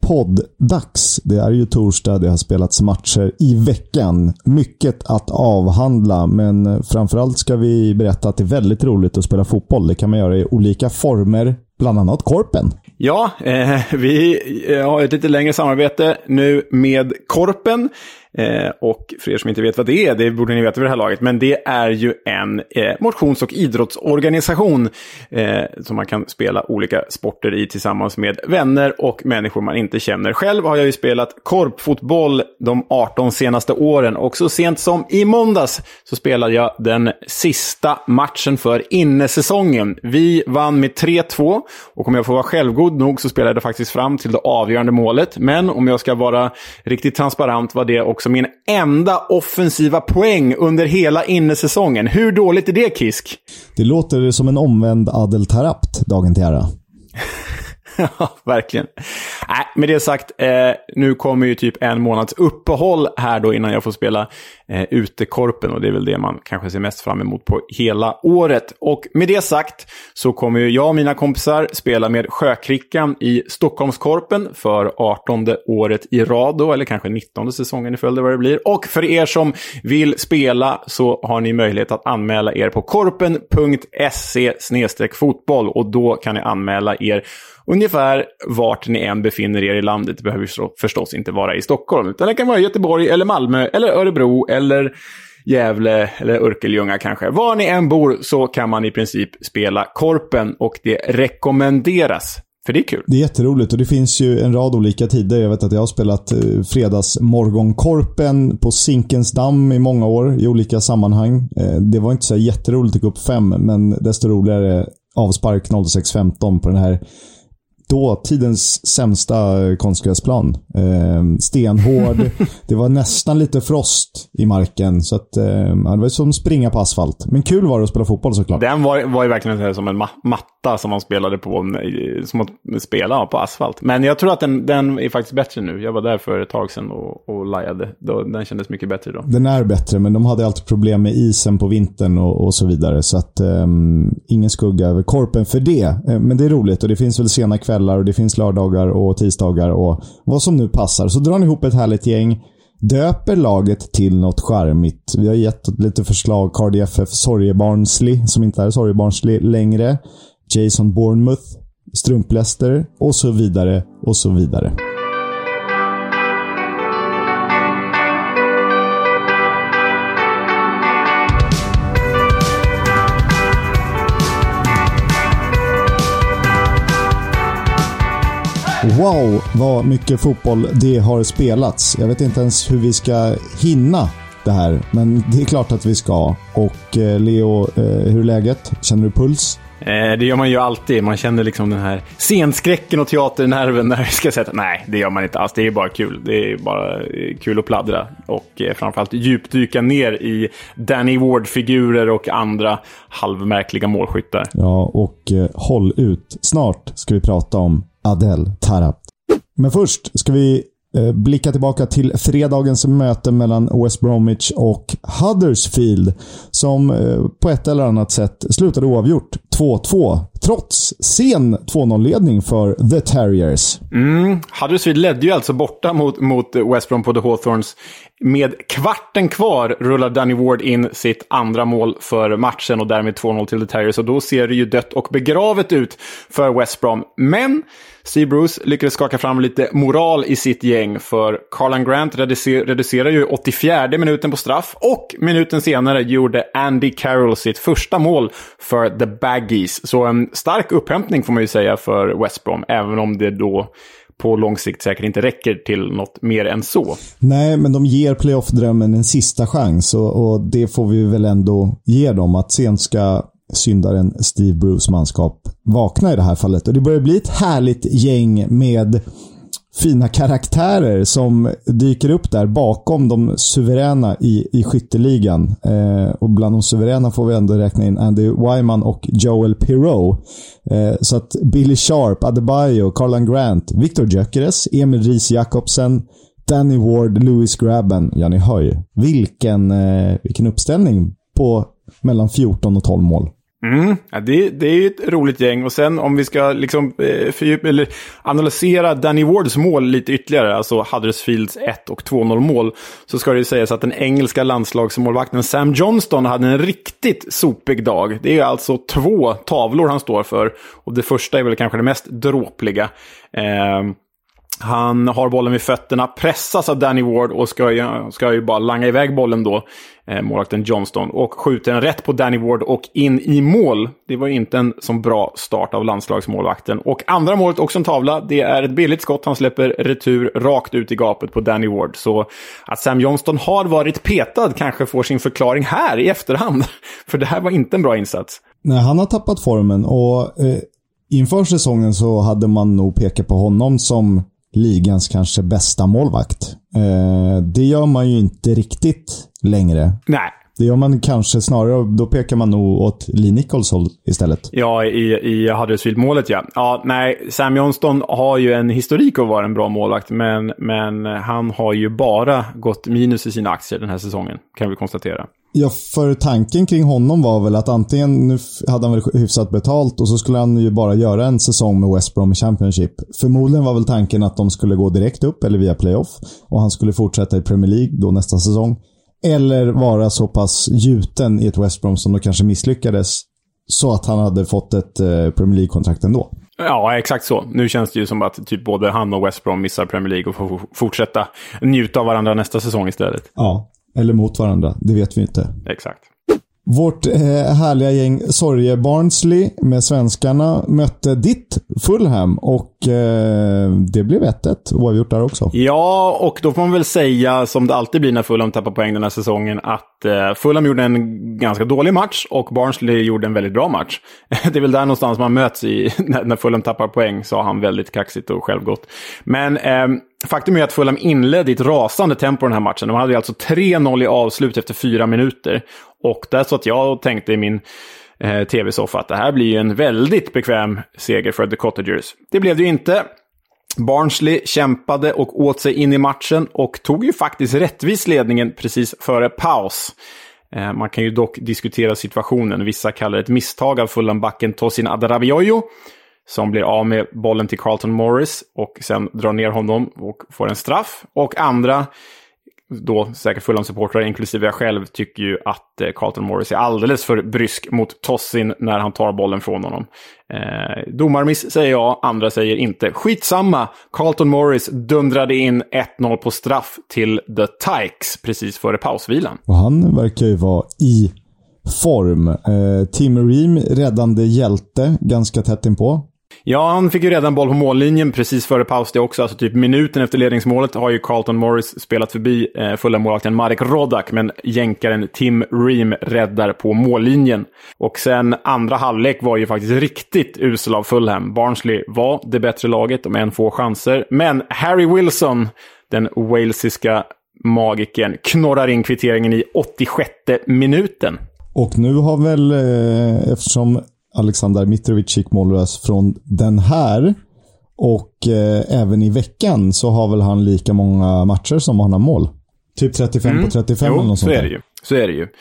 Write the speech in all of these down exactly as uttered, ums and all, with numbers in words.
podd-dags. Det är ju torsdag, det har spelats matcher i veckan. Mycket att avhandla, men framförallt ska vi berätta att det är väldigt roligt att spela fotboll. Det kan man göra i olika former, bland annat Korpen. Ja, eh, vi har ett lite längre samarbete nu med Korpen. Eh, och för er som inte vet vad det är, det borde ni veta vid det här laget, men det är ju en eh, motions- och idrottsorganisation eh, som man kan spela olika sporter i tillsammans med vänner och människor man inte känner. Själv har jag ju spelat korpfotboll de arton senaste åren, och så sent som i måndags så spelade jag den sista matchen för innesäsongen. Vi vann med tre två, och om jag får vara självgod nog så spelade jag faktiskt fram till det avgörande målet, men om jag ska vara riktigt transparent var det också min enda offensiva poäng under hela innesäsongen. Hur dåligt är det, Kisk? Det låter som en omvänd Adel Tarabt, dagen till ära. Ja, verkligen. Nej, med det sagt, eh, nu kommer ju typ en månads uppehåll här då innan jag får spela eh, utekorpen, och det är väl det man kanske ser mest fram emot på hela året. Och med det sagt så kommer ju jag och mina kompisar spela med Sjökrickan i Stockholmskorpen för artonde året i rad då, eller kanske nittonde säsongen i följd vad det blir. Och för er som vill spela så har ni möjlighet att anmäla er på korpen punkt se snedstreck fotboll, och då kan ni anmäla er ungefär vart ni än befinner er i landet. Det behöver förstås inte vara i Stockholm, utan det kan vara i Göteborg eller Malmö eller Örebro eller Gävle eller Örkelljunga kanske. Var ni än bor så kan man i princip spela Korpen, och det rekommenderas. För det är kul. Det är jätteroligt, och det finns ju en rad olika tider. Jag vet att jag har spelat eh, fredagsmorgonkorpen på Zinkensdamm i många år i olika sammanhang. Eh, det var inte så jätteroligt att gå upp fem, men desto roligare avspark noll sex femton på den här då tidens sämsta konstgräsplan. Eh, stenhård. Det var nästan lite frost i marken, så att, eh, det var som springa på asfalt. Men kul var det att spela fotboll såklart. Den var, var ju verkligen som en ma- matta som man spelade på, som att spela på asfalt. Men jag tror att den, den är faktiskt bättre nu. Jag var där för ett tag sedan och, och lajade. Då, den kändes mycket bättre då. Den är bättre, men de hade alltid problem med isen på vintern och, och så vidare. Så att eh, ingen skugga över Korpen för det. Eh, men det är roligt, och det finns väl sena kvällar, och det finns lördagar och tisdagar och vad som nu passar. Så drar ni ihop ett härligt gäng, döper laget till något charmigt. Vi har gett lite förslag: Cardiff F F Sorgebarnsli, som inte är Sorgebarnsli längre, Jason Bournemouth, Strumpläster och så vidare och så vidare. Wow, vad mycket fotboll det har spelats. Jag vet inte ens hur vi ska hinna det här, men det är klart att vi ska. Och eh, Leo, eh, hur är läget? Känner du puls? Eh, det gör man ju alltid. Man känner liksom den här scenskräcken och teaternerven när vi ska sätta. Nej, det gör man inte alls. Det är bara kul. Det är bara kul att pladdra. Och eh, framförallt djupdyka ner i Danny Ward-figurer och andra halvmärkliga målskyttar. Ja, och eh, håll ut. Snart ska vi prata om Adel Tarabt. Men först ska vi eh, blicka tillbaka till fredagens möte mellan West Bromwich och Huddersfield, som eh, på ett eller annat sätt slutade oavgjort två två trots sen två noll-ledning för The Terriers. Mm, Huddersfield ledde ju alltså borta mot, mot West Brom på The Hawthorns. Med kvarten kvar rullar Danny Ward in sitt andra mål för matchen, och därmed två noll till The Terriers. Och då ser det ju dött och begravet ut för West Brom. Men Steve Bruce lyckades skaka fram lite moral i sitt gäng, för Karlan Grant reducer- reducerar ju åttiofjärde minuten på straff, och minuten senare gjorde Andy Carroll sitt första mål för The Baggies. Så en stark upphämtning får man ju säga för West Brom, även om det då på lång sikt säkert inte räcker till något mer än så. Nej, men de ger playoff-drömmen en sista chans, och, och det får vi väl ändå ge dem, att sen ska syndaren Steve Bruce manskap vakna i det här fallet. Och det börjar bli ett härligt gäng med fina karaktärer som dyker upp där bakom de suveräna i, i skytteligan. Eh, och bland de suveräna får vi ändå räkna in Andy Wyman och Joel Pirou. Eh, så att Billy Sharp, Adebayo, Karlan Grant, Victor Gyökeres, Emil Ries Jakobsen, Danny Ward, Lewis Grabban. Ja, ni hör ju. Vilken, eh, vilken uppställning på mellan fjorton och tolv mål. Mm, ja, det, det är ju ett roligt gäng. Och sen om vi ska liksom eh, fördjupa, eller analysera Danny Wards mål lite ytterligare, alltså Huddersfields ett och två noll mål, så ska det ju sägas att den engelska landslagsmålvakten Sam Johnston hade en riktigt sopig dag. Det är alltså två tavlor han står för, och det första är väl kanske det mest dråpliga. Eh, Han har bollen vid fötterna, pressas av Danny Ward och ska ju, ska ju bara langa iväg bollen då, eh, målvakten Johnston, och skjuter den rätt på Danny Ward och in i mål. Det var inte en sån bra start av landslagsmålvakten. Och andra målet, också en tavla, det är ett billigt skott. Han släpper retur rakt ut i gapet på Danny Ward. Så att Sam Johnston har varit petad kanske får sin förklaring här i efterhand. För det här var inte en bra insats. Nej, han har tappat formen, och eh, inför säsongen så hade man nog pekat på honom som ligans kanske bästa målvakt. Eh, det gör man ju inte riktigt längre. Nej. Det gör man kanske snarare, då pekar man nog åt Lee Nichols håll istället. Ja, i, i Huddersfield-målet, ja. Ja, nej, Sam Johnston har ju en historik att vara en bra målvakt, men, men han har ju bara gått minus i sina aktier den här säsongen, kan vi konstatera. Ja, för tanken kring honom var väl att antingen, nu hade han väl hyfsat betalt och så skulle han ju bara göra en säsong med West Brom i Championship. Förmodligen var väl tanken att de skulle gå direkt upp eller via playoff, och han skulle fortsätta i Premier League då nästa säsong. Eller vara så pass gjuten i ett West Brom som då kanske misslyckades, så att han hade fått ett eh, Premier League-kontrakt ändå. Ja, exakt så. Nu känns det ju som att typ både han och West Brom missar Premier League och får fortsätta njuta av varandra nästa säsong istället. Ja, eller mot varandra. Det vet vi inte. Exakt. Vårt eh, härliga gäng Sorge Barnsley med svenskarna mötte ditt Fulham, och eh, det blev ett ett oavgjort där också. Ja, och då får man väl säga, som det alltid blir när Fulham tappar poäng den här säsongen, att eh, Fulham gjorde en ganska dålig match och Barnsley gjorde en väldigt bra match. Det är väl där någonstans man möts i när, när Fulham tappar poäng, sa han väldigt kaxigt och självgott. Men eh, faktum är att Fulham inledde i ett rasande tempo den här matchen. De hade alltså tre noll i avslut efter fyra minuter. Och där så att jag och tänkte i min eh, tv-soffa att det här blir ju en väldigt bekväm seger för The Cottagers. Det blev det ju inte. Barnsley kämpade och åt sig in i matchen och tog ju faktiskt rättvis ledningen precis före paus. Eh, man kan ju dock diskutera situationen. Vissa kallar det ett misstag av Fulham-backen Tosin Adarabioyo, som blir av med bollen till Carlton Morris och sen drar ner honom och får en straff. Och andra, då säkert Fulham-supportrar inklusive jag själv, tycker ju att eh, Carlton Morris är alldeles för brysk mot Tosin när han tar bollen från honom. Eh, domarmiss säger jag, andra säger inte. Skitsamma, Carlton Morris dundrade in ett noll på straff till The Tykes precis före pausvilan. Och han verkar ju vara i form. Eh, Tim Ream, räddande hjälte, ganska tätt inpå. Ja, han fick ju redan boll på mållinjen precis före paus det också. Alltså typ minuten efter ledningsmålet har ju Carlton Morris spelat förbi eh, fulla målvakten Marek Rodak, men jänkaren Tim Ream räddar på mållinjen. Och sen andra halvlek var ju faktiskt riktigt usel av Fulham. Barnsley var det bättre laget om en få chanser. Men Harry Wilson, den walesiska magiken, knorrar in kvitteringen i åttiosjätte minuten. Och nu har väl, eh, eftersom Alexander Mitrovic gick mållös från den här, och eh, även i veckan så har väl han lika många matcher som han har mål. Typ trettiofem mm. på trettiofem jo, eller något sånt. Så är det ju. Så är det ju.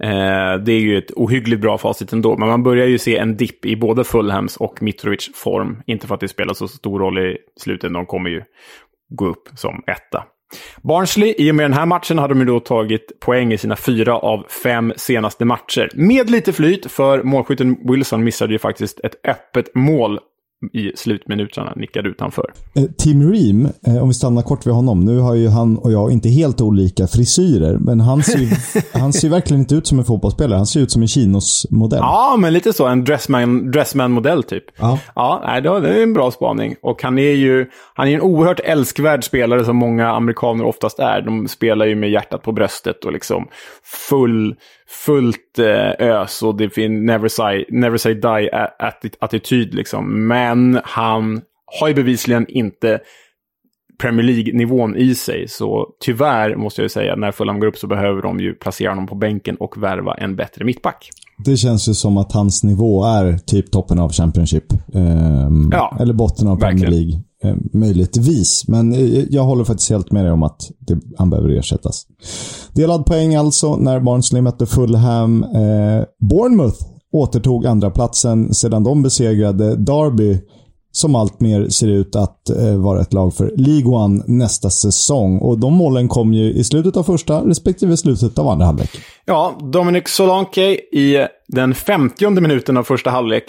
Eh, det är ju ett ohyggligt bra facit ändå. Men man börjar ju se en dipp i både Fulhams och Mitrovic form. Inte för att det spelar så stor roll i slutet. De kommer ju gå upp som etta. Barnsley, i och med den här matchen hade de ju då tagit poäng i sina fyra av fem senaste matcher. Med lite flyt, för målskytten Wilson missade ju faktiskt ett öppet mål i slutminuterna, nickade utanför. Eh, Tim Ream, eh, om vi stannar kort vid honom. Nu har ju han och jag inte helt olika frisyrer, men han ser, han ser verkligen inte ut som en fotbollsspelare. Han ser ut som en Chinos-modell. Ja, men lite så. En dressman, dressman-modell typ. Ja, ja nej, det är en bra spaning. Och han är ju han är en oerhört älskvärd spelare som många amerikaner oftast är. De spelar ju med hjärtat på bröstet och liksom full... fullt eh, ös, och det finns never say, never say die attityd liksom. Men han har ju bevisligen inte Premier League-nivån i sig, så tyvärr måste jag ju säga, när Fulham går upp så behöver de ju placera honom på bänken och värva en bättre mittback. Det känns ju som att hans nivå är typ toppen av Championship. Ehm, ja, eller botten av Premier verkligen. League. Ehm, möjligtvis. Men jag håller faktiskt helt med dig om att det, han behöver ersättas. Delad poäng alltså när Barnsley mötte Fulham. Ehm, Bournemouth återtog andra platsen sedan de besegrade Derby, som allt mer ser ut att eh, vara ett lag för League One nästa säsong. Och de målen kom ju i slutet av första respektive slutet av andra halvlek. Ja, Dominic Solanke i den femtionde minuten av första halvlek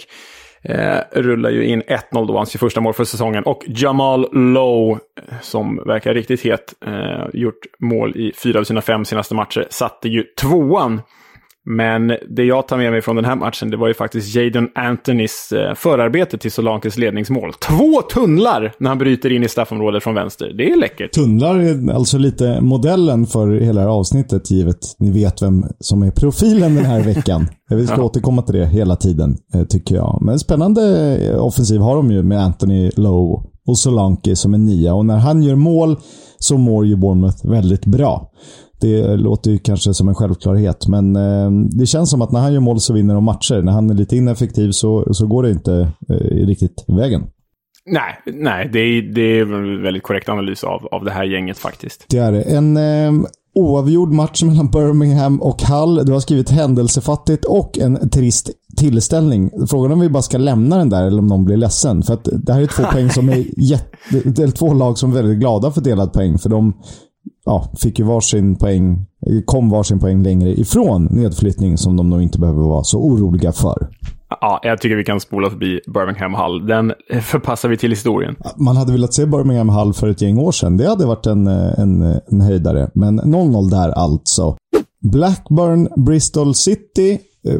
eh, rullar ju in ett noll då, hans första mål för säsongen. Och Jamal Lowe, som verkar riktigt het, eh, gjort mål i fyra av sina fem senaste matcher, satte ju tvåan. Men det jag tar med mig från den här matchen, det var ju faktiskt Jadon Anthonys eh, förarbete till Solankes ledningsmål. Två tunnlar när han bryter in i straffområdet från vänster. Det är läckert. Tunnlar är alltså lite modellen för hela det här avsnittet, givet ni vet vem som är profilen den här veckan. Vi ska ja. återkomma till det hela tiden, eh, tycker jag. Men spännande offensiv har de ju med Anthony Lowe och Solanke som en nia. Och när han gör mål så mår ju Bournemouth väldigt bra. Det låter ju kanske som en självklarhet, men eh, det känns som att när han gör mål så vinner de matcher. När han är lite ineffektiv så, så går det inte eh, riktigt vägen. Nej, nej det, är, det är en väldigt korrekt analys av, av det här gänget faktiskt. Det är det. En eh, oavgjord match mellan Birmingham och Hull. Du har skrivit händelsefattigt och en trist tillställning. Frågan om vi bara ska lämna den där eller om någon blir ledsen. För att det här är två poäng som är jätte, det är två lag som är väldigt glada för delad poäng. För de ja, fick ju varsin poäng, kom varsin poäng längre ifrån nedflyttning som de nog inte behöver vara så oroliga för. Ja, jag tycker vi kan spola förbi Birmingham Hull. Den förpassar vi till historien. Man hade velat se Birmingham Hull för ett gäng år sedan. Det hade varit en, en, en höjdare. Men noll noll där alltså. Blackburn, Bristol City.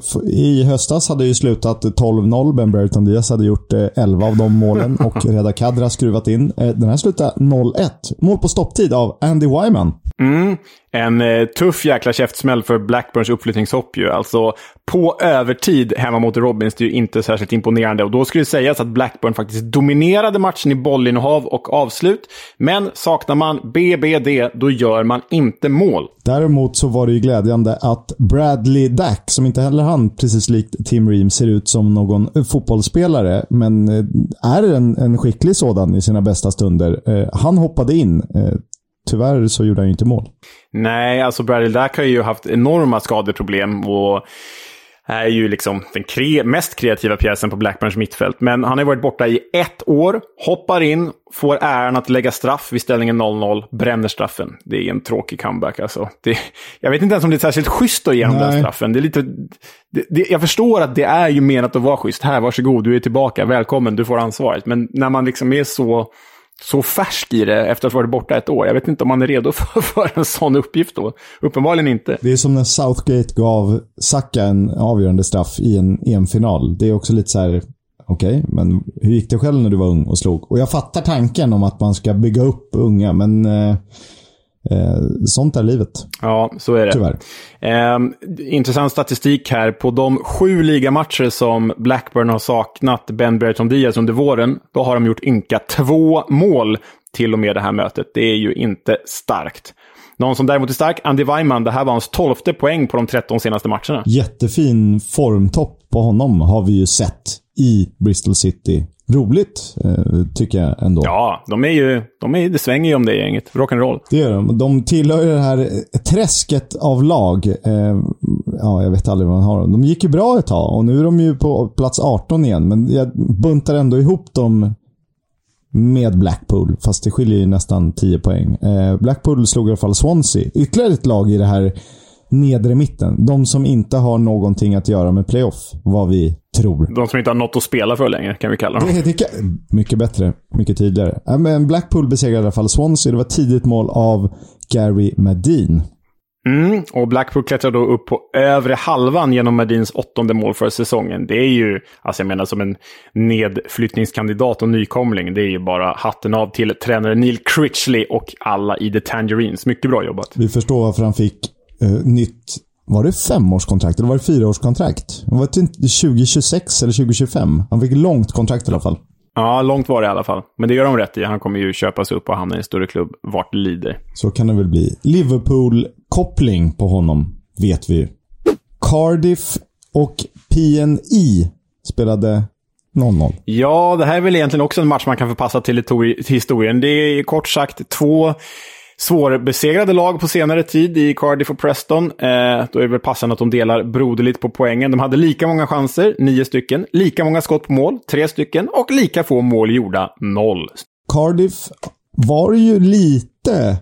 I höstas hade ju slutat tolv noll. Ben Brereton Diaz hade gjort elva av de målen och Reda Kadra skruvat in. Den här slutade noll ett. Mål på stopptid av Andy Wyman. Mm, en eh, tuff jäkla käftsmäll för Blackburns uppflyttningshopp ju. Alltså på övertid hemma mot Robins, det är ju inte särskilt imponerande. Och då skulle det sägas att Blackburn faktiskt dominerade matchen i bollinnehav och avslut. Men saknar man B B D, då gör man inte mål. Däremot så var det ju glädjande att Bradley Dack, som inte heller han precis likt Tim Ream ser ut som någon fotbollsspelare, men är en, en skicklig sådan i sina bästa stunder. Eh, han hoppade in. Eh, Tyvärr så gjorde han ju inte mål. Nej, alltså Bradley Dack har ju haft enorma skadeproblem och är ju liksom den kre- mest kreativa pjäsen på Blackburns mittfält. Men han har varit borta i ett år, hoppar in, får äran att lägga straff vid ställningen noll noll, bränner straffen. Det är en tråkig comeback alltså. Det, jag vet inte ens om det är särskilt schysst att ge honom den straffen. Det är lite, det, det, jag förstår att det är ju menat att vara schysst. Här, varsågod, du är tillbaka, välkommen, du får ansvaret. Men när man liksom är så... så färsk i det efter att ha varit borta ett år. Jag vet inte om man är redo för, för en sån uppgift då. Uppenbarligen inte. Det är som när Southgate gav Saka en avgörande straff i en E M-final. Det är också lite så här, okej, okay, men hur gick det själv när du var ung och slog? Och jag fattar tanken om att man ska bygga upp unga, men eh, eh, sånt är livet. Ja, så är det. Tyvärr. Eh, intressant statistik här. På de sju ligamatcher som Blackburn har saknat Ben Brereton Diaz under våren, då har de gjort ynka två mål till och med det här mötet. Det är ju inte starkt. Någon som däremot är stark, Andy Wyman, det här var hans tolfte poäng på de tretton senaste matcherna. Jättefin formtopp på honom har vi ju sett i Bristol City. Roligt, eh, tycker jag ändå. Ja, de är ju, de är, det svänger ju om det gänget. Rock'n'roll. Det är de. De tillhör det här träsket av lag. Eh, ja, jag vet aldrig vad man har. De gick ju bra ett tag och nu är de ju på plats arton igen. Men jag buntar ändå ihop dem med Blackpool, fast det skiljer ju nästan tio poäng. Eh, Blackpool slog i alla fall Swansea. Ytterligare ett lag i det här nedre mitten. De som inte har någonting att göra med playoff, vad vi tror. De som inte har något att spela för längre, kan vi kalla dem. Det, det kan, mycket bättre, mycket tydligare. Äh, men Blackpool besegrade i alla fall Swansea. Det var tidigt mål av Gary Madine. Mm, och Blackpool klättrar då upp på övre halvan genom Madins åttonde mål för säsongen. Det är ju, alltså jag menar som en nedflyttningskandidat och nykomling. Det är ju bara hatten av till tränare Neil Critchley och alla i The Tangerines. Mycket bra jobbat. Vi förstår varför han fick uh, nytt, var det femårskontrakt eller var det fyraårskontrakt? Det var det tjugo tjugosex eller tjugo tjugofem. Han fick långt kontrakt i alla fall. Ja, långt var det i alla fall. Men det gör de rätt i. Han kommer ju köpas upp och hamna i en större klubb vart det lider. Så kan det väl bli. Liverpool-koppling på honom, vet vi. Cardiff och P N I spelade noll noll. Ja, det här är väl egentligen också en match man kan förpassa till historien. Det är kort sagt två svårbesegrade lag på senare tid i Cardiff och Preston. Eh, då är det väl passande att de delar broderligt på poängen. De hade lika många chanser, nio stycken. Lika många skott på mål, tre stycken. Och lika få mål gjorda, noll. Cardiff var ju lite...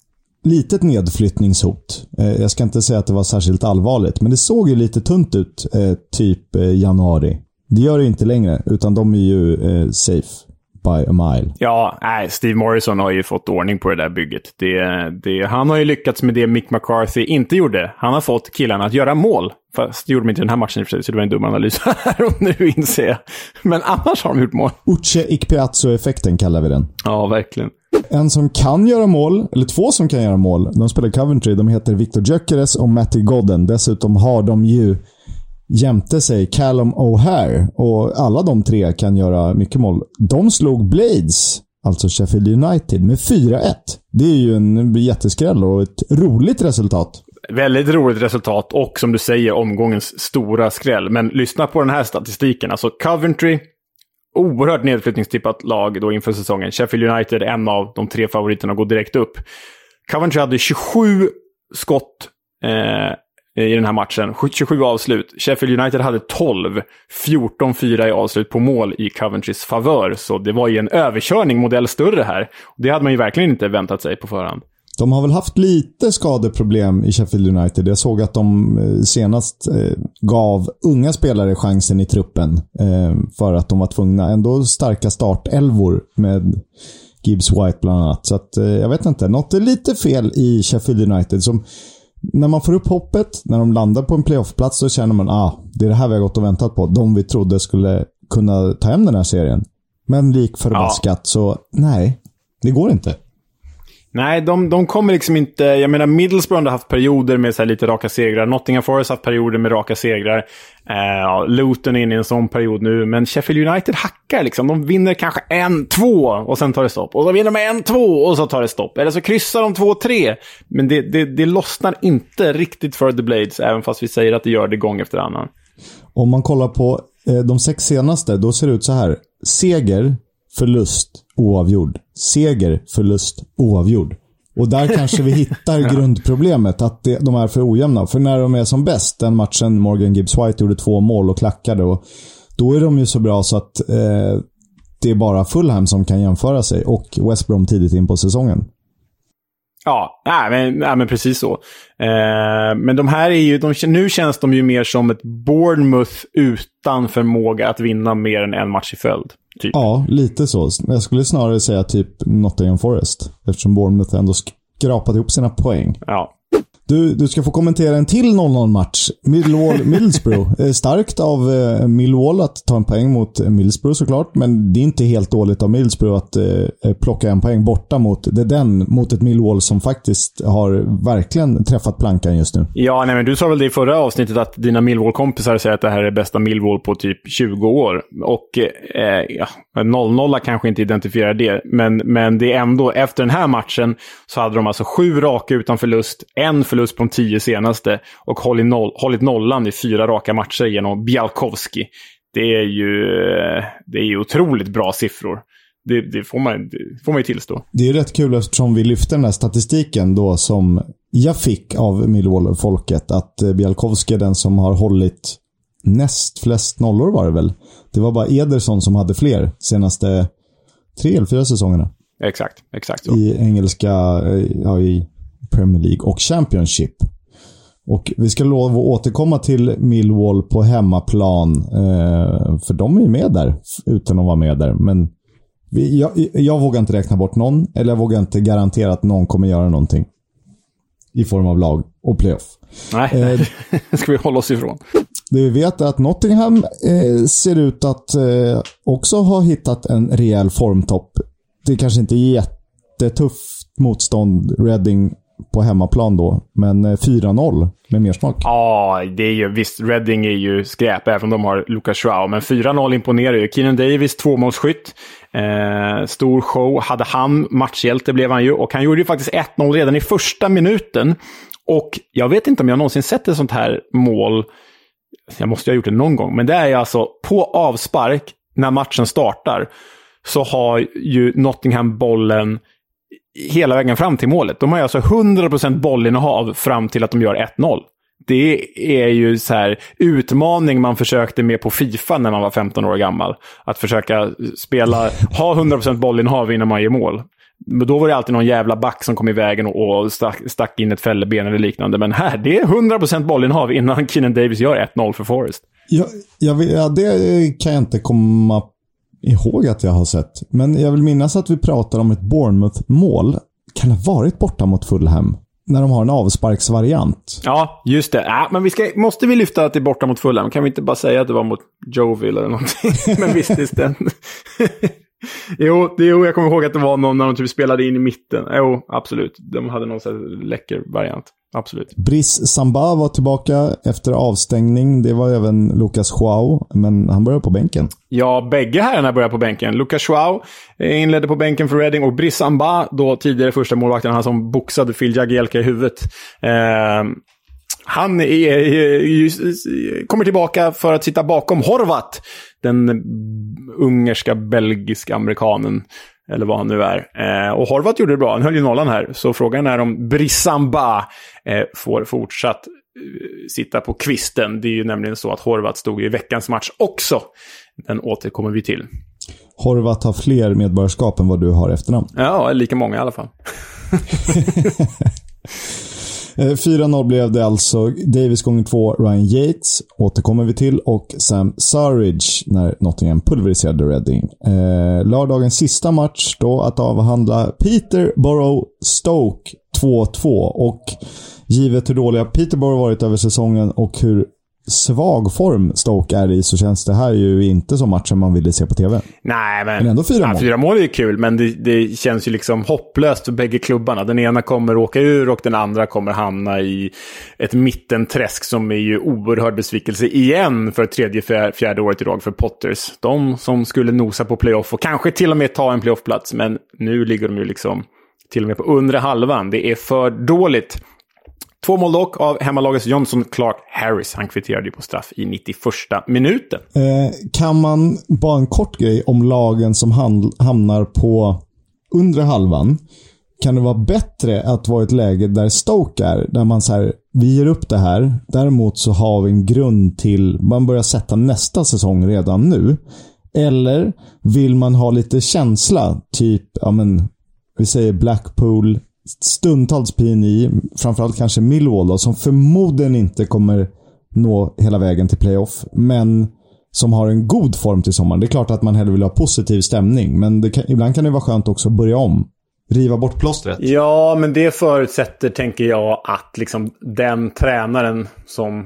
litet nedflyttningshot. Eh, jag ska inte säga att det var särskilt allvarligt, men det såg ju lite tunt ut eh, typ eh, januari. Det gör det inte längre, utan de är ju eh, safe by a mile. Ja, nej, Steve Morrison har ju fått ordning på det där bygget. Det, det, han har ju lyckats med det Mick McCarthy inte gjorde. Han har fått killarna att göra mål. Fast det gjorde de inte i den här matchen i och för sig, så det var en dum analys här och nu inser jag. Men annars har de gjort mål. Uche Ikpeazu-effekten kallar vi den. Ja, verkligen. En som kan göra mål, eller två som kan göra mål, de spelar Coventry, de heter Victor Gyökeres och Matty Godden. Dessutom har de ju jämte sig Callum O'Hare, och alla de tre kan göra mycket mål. De slog Blades, alltså Sheffield United, med fyra ett. Det är ju en jätteskräll och ett roligt resultat. Väldigt roligt resultat och som du säger omgångens stora skräll. Men lyssna på den här statistiken. Alltså Coventry, oerhört nedflyttningstippat lag då inför säsongen. Sheffield United, en av de tre favoriterna, går direkt upp. Coventry hade tjugosju skott eh, i den här matchen. tjugosju avslut. Sheffield United hade tolv. fjorton fyra i avslut på mål i Coventrys favör. Så det var ju en överkörning modell större här. Det hade man ju verkligen inte väntat sig på förhand. De har väl haft lite skadeproblem i Sheffield United. Jag såg att de senast eh, gav unga spelare chansen i truppen eh, för att de var tvungna. Ändå starka startelvor med Gibbs White bland annat. Så att, eh, jag vet inte, något är lite fel i Sheffield United. Som, när man får upp hoppet, när de landar på en playoffplats, så känner man ah, det är det här vi har gått och väntat på. De vi trodde skulle kunna ta hem den här serien. Men lik förbaskat, ja. Så nej, det går inte. Nej, de, de kommer liksom inte... Jag menar, Middlesbrough har haft perioder med så här lite raka segrar. Nottingham Forest har haft perioder med raka segrar. Eh, Luton är inne i en sån period nu. Men Sheffield United hackar liksom. De vinner kanske en, två och sen tar det stopp. Och så vinner de en, två och så tar det stopp. Eller så kryssar de två, tre. Men det, det, det lossnar inte riktigt för The Blades, även fast vi säger att det gör det gång efter annan. Om man kollar på eh, de sex senaste, då ser det ut så här. Seger, förlust, oavgjord. Seger, förlust, oavgjord. Och där kanske vi hittar ja. grundproblemet, att det, de är för ojämna. För när de är som bäst, den matchen Morgan Gibbs White gjorde två mål och klackade, och då är de ju så bra så att eh, det är bara Fulham som kan jämföra sig, och West Brom tidigt in på säsongen. Ja, nej, men, nej, men precis så. Eh, men de här är ju, de, nu känns de ju mer som ett Bournemouth utan förmåga att vinna mer än en match i följd. Typ. Ja, lite så. Jag skulle snarare säga typ Nottingham Forest, eftersom Bournemouth ändå skrapat ihop sina poäng. Ja. Du, du ska få kommentera en till noll noll-match. Millwall-Middlesbrough. Starkt av eh, Millwall att ta en poäng mot Middlesbrough såklart. Men det är inte helt dåligt av Middlesbrough att eh, plocka en poäng borta mot, det den, mot ett Millwall som faktiskt har verkligen träffat plankan just nu. Ja, nej, men du sa väl det i förra avsnittet att dina Millwall-kompisar säger att det här är bästa Millwall på typ tjugo år. Och eh, ja, noll noll kanske inte identifierar det. Men, men det är ändå, efter den här matchen så hade de alltså sju raka utan förlust, en förlust på de tio senaste och hållit, noll, hållit nollan i fyra raka matcher genom Bialkowski. Det är ju, det är ju otroligt bra siffror. Det, det, får man, det får man ju tillstå. Det är rätt kul eftersom vi lyfter den här statistiken då som jag fick av Millwall-folket, att Bialkowski är den som har hållit näst flest nollor var det väl. Det var bara Ederson som hade fler senaste tre eller fyra säsongerna. Exakt, exakt så. I engelska, ja, i Premier League och Championship. Och vi ska lov att återkomma till Millwall på hemmaplan, eh, för de är ju med där utan att vara med där. Men vi, jag, jag vågar inte räkna bort någon, eller jag vågar inte garantera att någon kommer göra någonting i form av lag och playoff. Nej, eh, det ska vi hålla oss ifrån. Det vi vet är att Nottingham eh, ser ut att eh, också ha hittat en rejäl formtopp. Det kanske inte är jättetufft motstånd, Reading på hemmaplan då, men fyra noll med mer smak. Ja, det är ju, visst, Reading är ju skräp även om de har Lucas Schwau, men fyra noll imponerar ju. Keenan Davis, tvåmålsskytt. Eh, stor show. Hade han matchhjälte blev han ju, och han gjorde ju faktiskt ett noll redan i första minuten. Och jag vet inte om jag någonsin sett ett sånt här mål. Jag måste ju ha gjort det någon gång, men det är alltså på avspark när matchen startar så har ju Nottingham bollen hela vägen fram till målet. De har ju alltså hundra procent bollinnehav fram till att de gör ett noll. Det är ju så här utmaning man försökte med på FIFA när man var femton år gammal. Att försöka spela, ha hundra procent bollinnehav innan man gör mål. Men då var det alltid någon jävla back som kom i vägen och stack, stack in ett fälleben eller liknande. Men här, det är hundra procent bollinnehav innan Keenan Davis gör ett noll för Forest. Ja, jag vill, ja, det kan jag inte komma ihåg att jag har sett. Men jag vill minnas att vi pratar om ett Bournemouth-mål. Kan det ha varit borta mot Fulham? När de har en avsparksvariant. Ja, just det. Ja, men vi ska, måste vi lyfta att det är borta mot Fulham? Kan vi inte bara säga att det var mot Joville eller någonting? Men visst är det. jo, det, jo, jag kommer ihåg att det var någon när de typ spelade in i mitten. Jo, absolut. De hade någon sån här läcker variant. Absolut. Brice Samba var tillbaka efter avstängning. Det var även Lucas João, men han började på bänken. Ja, bägge herrarna började på bänken. Lucas João inledde på bänken för Reading och Brice Samba, då tidigare första målvakten, han som boxade Phil Jagielka i huvudet. Eh, han är, är, kommer tillbaka för att sitta bakom Horvat, den ungerska, belgiska amerikanen. Eller vad han nu är. Eh, och Horvat gjorde det bra. Han höll ju nollan här. Så frågan är om Brice Samba eh, får fortsatt eh, sitta på kvisten. Det är ju nämligen så att Horvat stod i veckans match också. Den återkommer vi till. Horvat har fler medborgarskap än vad du har efternamn. Ja, lika många i alla fall. fyra noll blev det alltså. Davis gånger två, Ryan Yates återkommer vi till, och Sam Surridge när Nottingham pulveriserade Reading. Eh, lördagens sista match då att avhandla Peterborough Stoke två två, och givet hur dåliga Peterborough varit över säsongen och hur svag form Stoke är i, så känns det här ju inte som matchen man ville se på tv. Nej, men, men ändå fyra mål. Ja, fyra mål är ju kul, men det, det känns ju liksom hopplöst för bägge klubbarna. Den ena kommer åka ur och den andra kommer hamna i ett mittenträsk som är ju oerhörd besvikelse igen för tredje, fjärde, fjärde året i rad för Potters. De som skulle nosa på playoff och kanske till och med ta en playoffplats, men nu ligger de ju liksom till och med på undre halvan. Det är för dåligt. Två mål dock av hemmalagets Johnson Clark Harris. Han kvitterade ju på straff i nittioförsta minuten. Eh, kan man, bara en kort grej om lagen som hand, hamnar på undre halvan. Kan det vara bättre att vara ett läge där Stoke är, där man så här, vi ger upp det här. Däremot så har vi en grund till, man börjar sätta nästa säsong redan nu. Eller vill man ha lite känsla, typ, ja men, vi säger Blackpool, stundtals P N I, framförallt kanske Millwall då, som förmodligen inte kommer nå hela vägen till playoff, men som har en god form till sommaren. Det är klart att man hellre vill ha positiv stämning, men det kan, ibland kan det vara skönt också att börja om. Riva bort plåstret. Ja, men det förutsätter, tänker jag, att liksom den tränaren som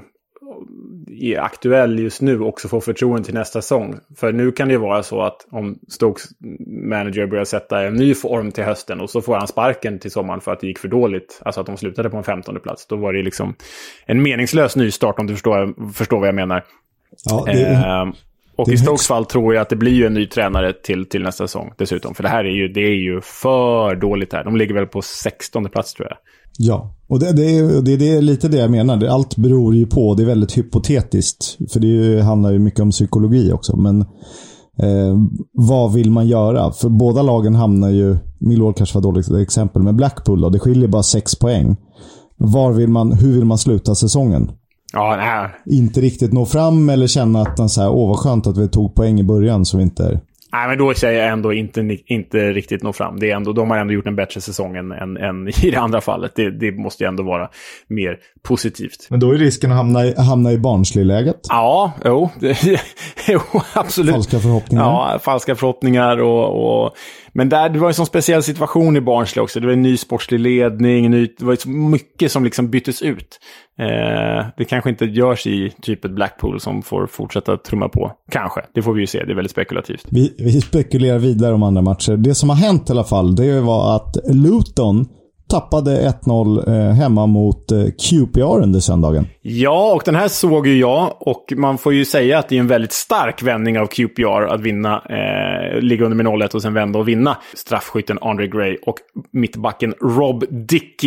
är aktuell just nu också får förtroende till nästa säsong. För nu kan det vara så att om Stokes manager börjar sätta en ny form till hösten och så får han sparken till sommaren för att det gick för dåligt, alltså att de slutade på en femtonde plats, då var det liksom en meningslös nystart, om du förstår, förstår vad jag menar. Ja, det, eh, och det i Stokes högst... fall tror jag att det blir ju en ny tränare till, till nästa säsong dessutom. För det här är ju, det är ju för dåligt här. De ligger väl på sextonde plats, tror jag. Ja, och det, det, är, det, det är lite det jag menar. Allt beror ju på, det är väldigt hypotetiskt. För det ju, handlar ju mycket om psykologi också. Men eh, vad vill man göra? För båda lagen hamnar ju, Millwall kanske var dåligt exempel, med Blackpool då, det skiljer bara sex poäng. Var vill man, hur vill man sluta säsongen? Ja, nej. Inte riktigt nå fram eller känna att den så här, åh vad skönt att vi tog poäng i början så vi inte är... Nej, men då säger jag ändå inte, inte riktigt nå fram. Det är ändå, de har ändå gjort en bättre säsong än, än, än i det andra fallet. Det, det måste ju ändå vara mer positivt. Men då är risken att hamna i, hamna i barnslig-läget. Ja, jo, det, jo, absolut. Falska förhoppningar. Ja, falska förhoppningar. Och, och, men där, det var en sån speciell situation i Barnsley också. Det var en ny sportslig ledning. Ny, det var så mycket som liksom byttes ut. Eh, det kanske inte görs i typ ett Blackpool som får fortsätta trumma på. Kanske, det får vi ju se. Det är väldigt spekulativt. Vi, vi spekulerar vidare om andra matcher. Det som har hänt i alla fall, det var att Luton tappade ett noll eh, hemma mot eh, Q P R under söndagen. Ja, och den här såg ju jag, och man får ju säga att det är en väldigt stark vändning av Q P R att vinna, eh, ligga under med noll ett och sen vända och vinna. Straffskytten Andre Gray och mittbacken Rob Dickey.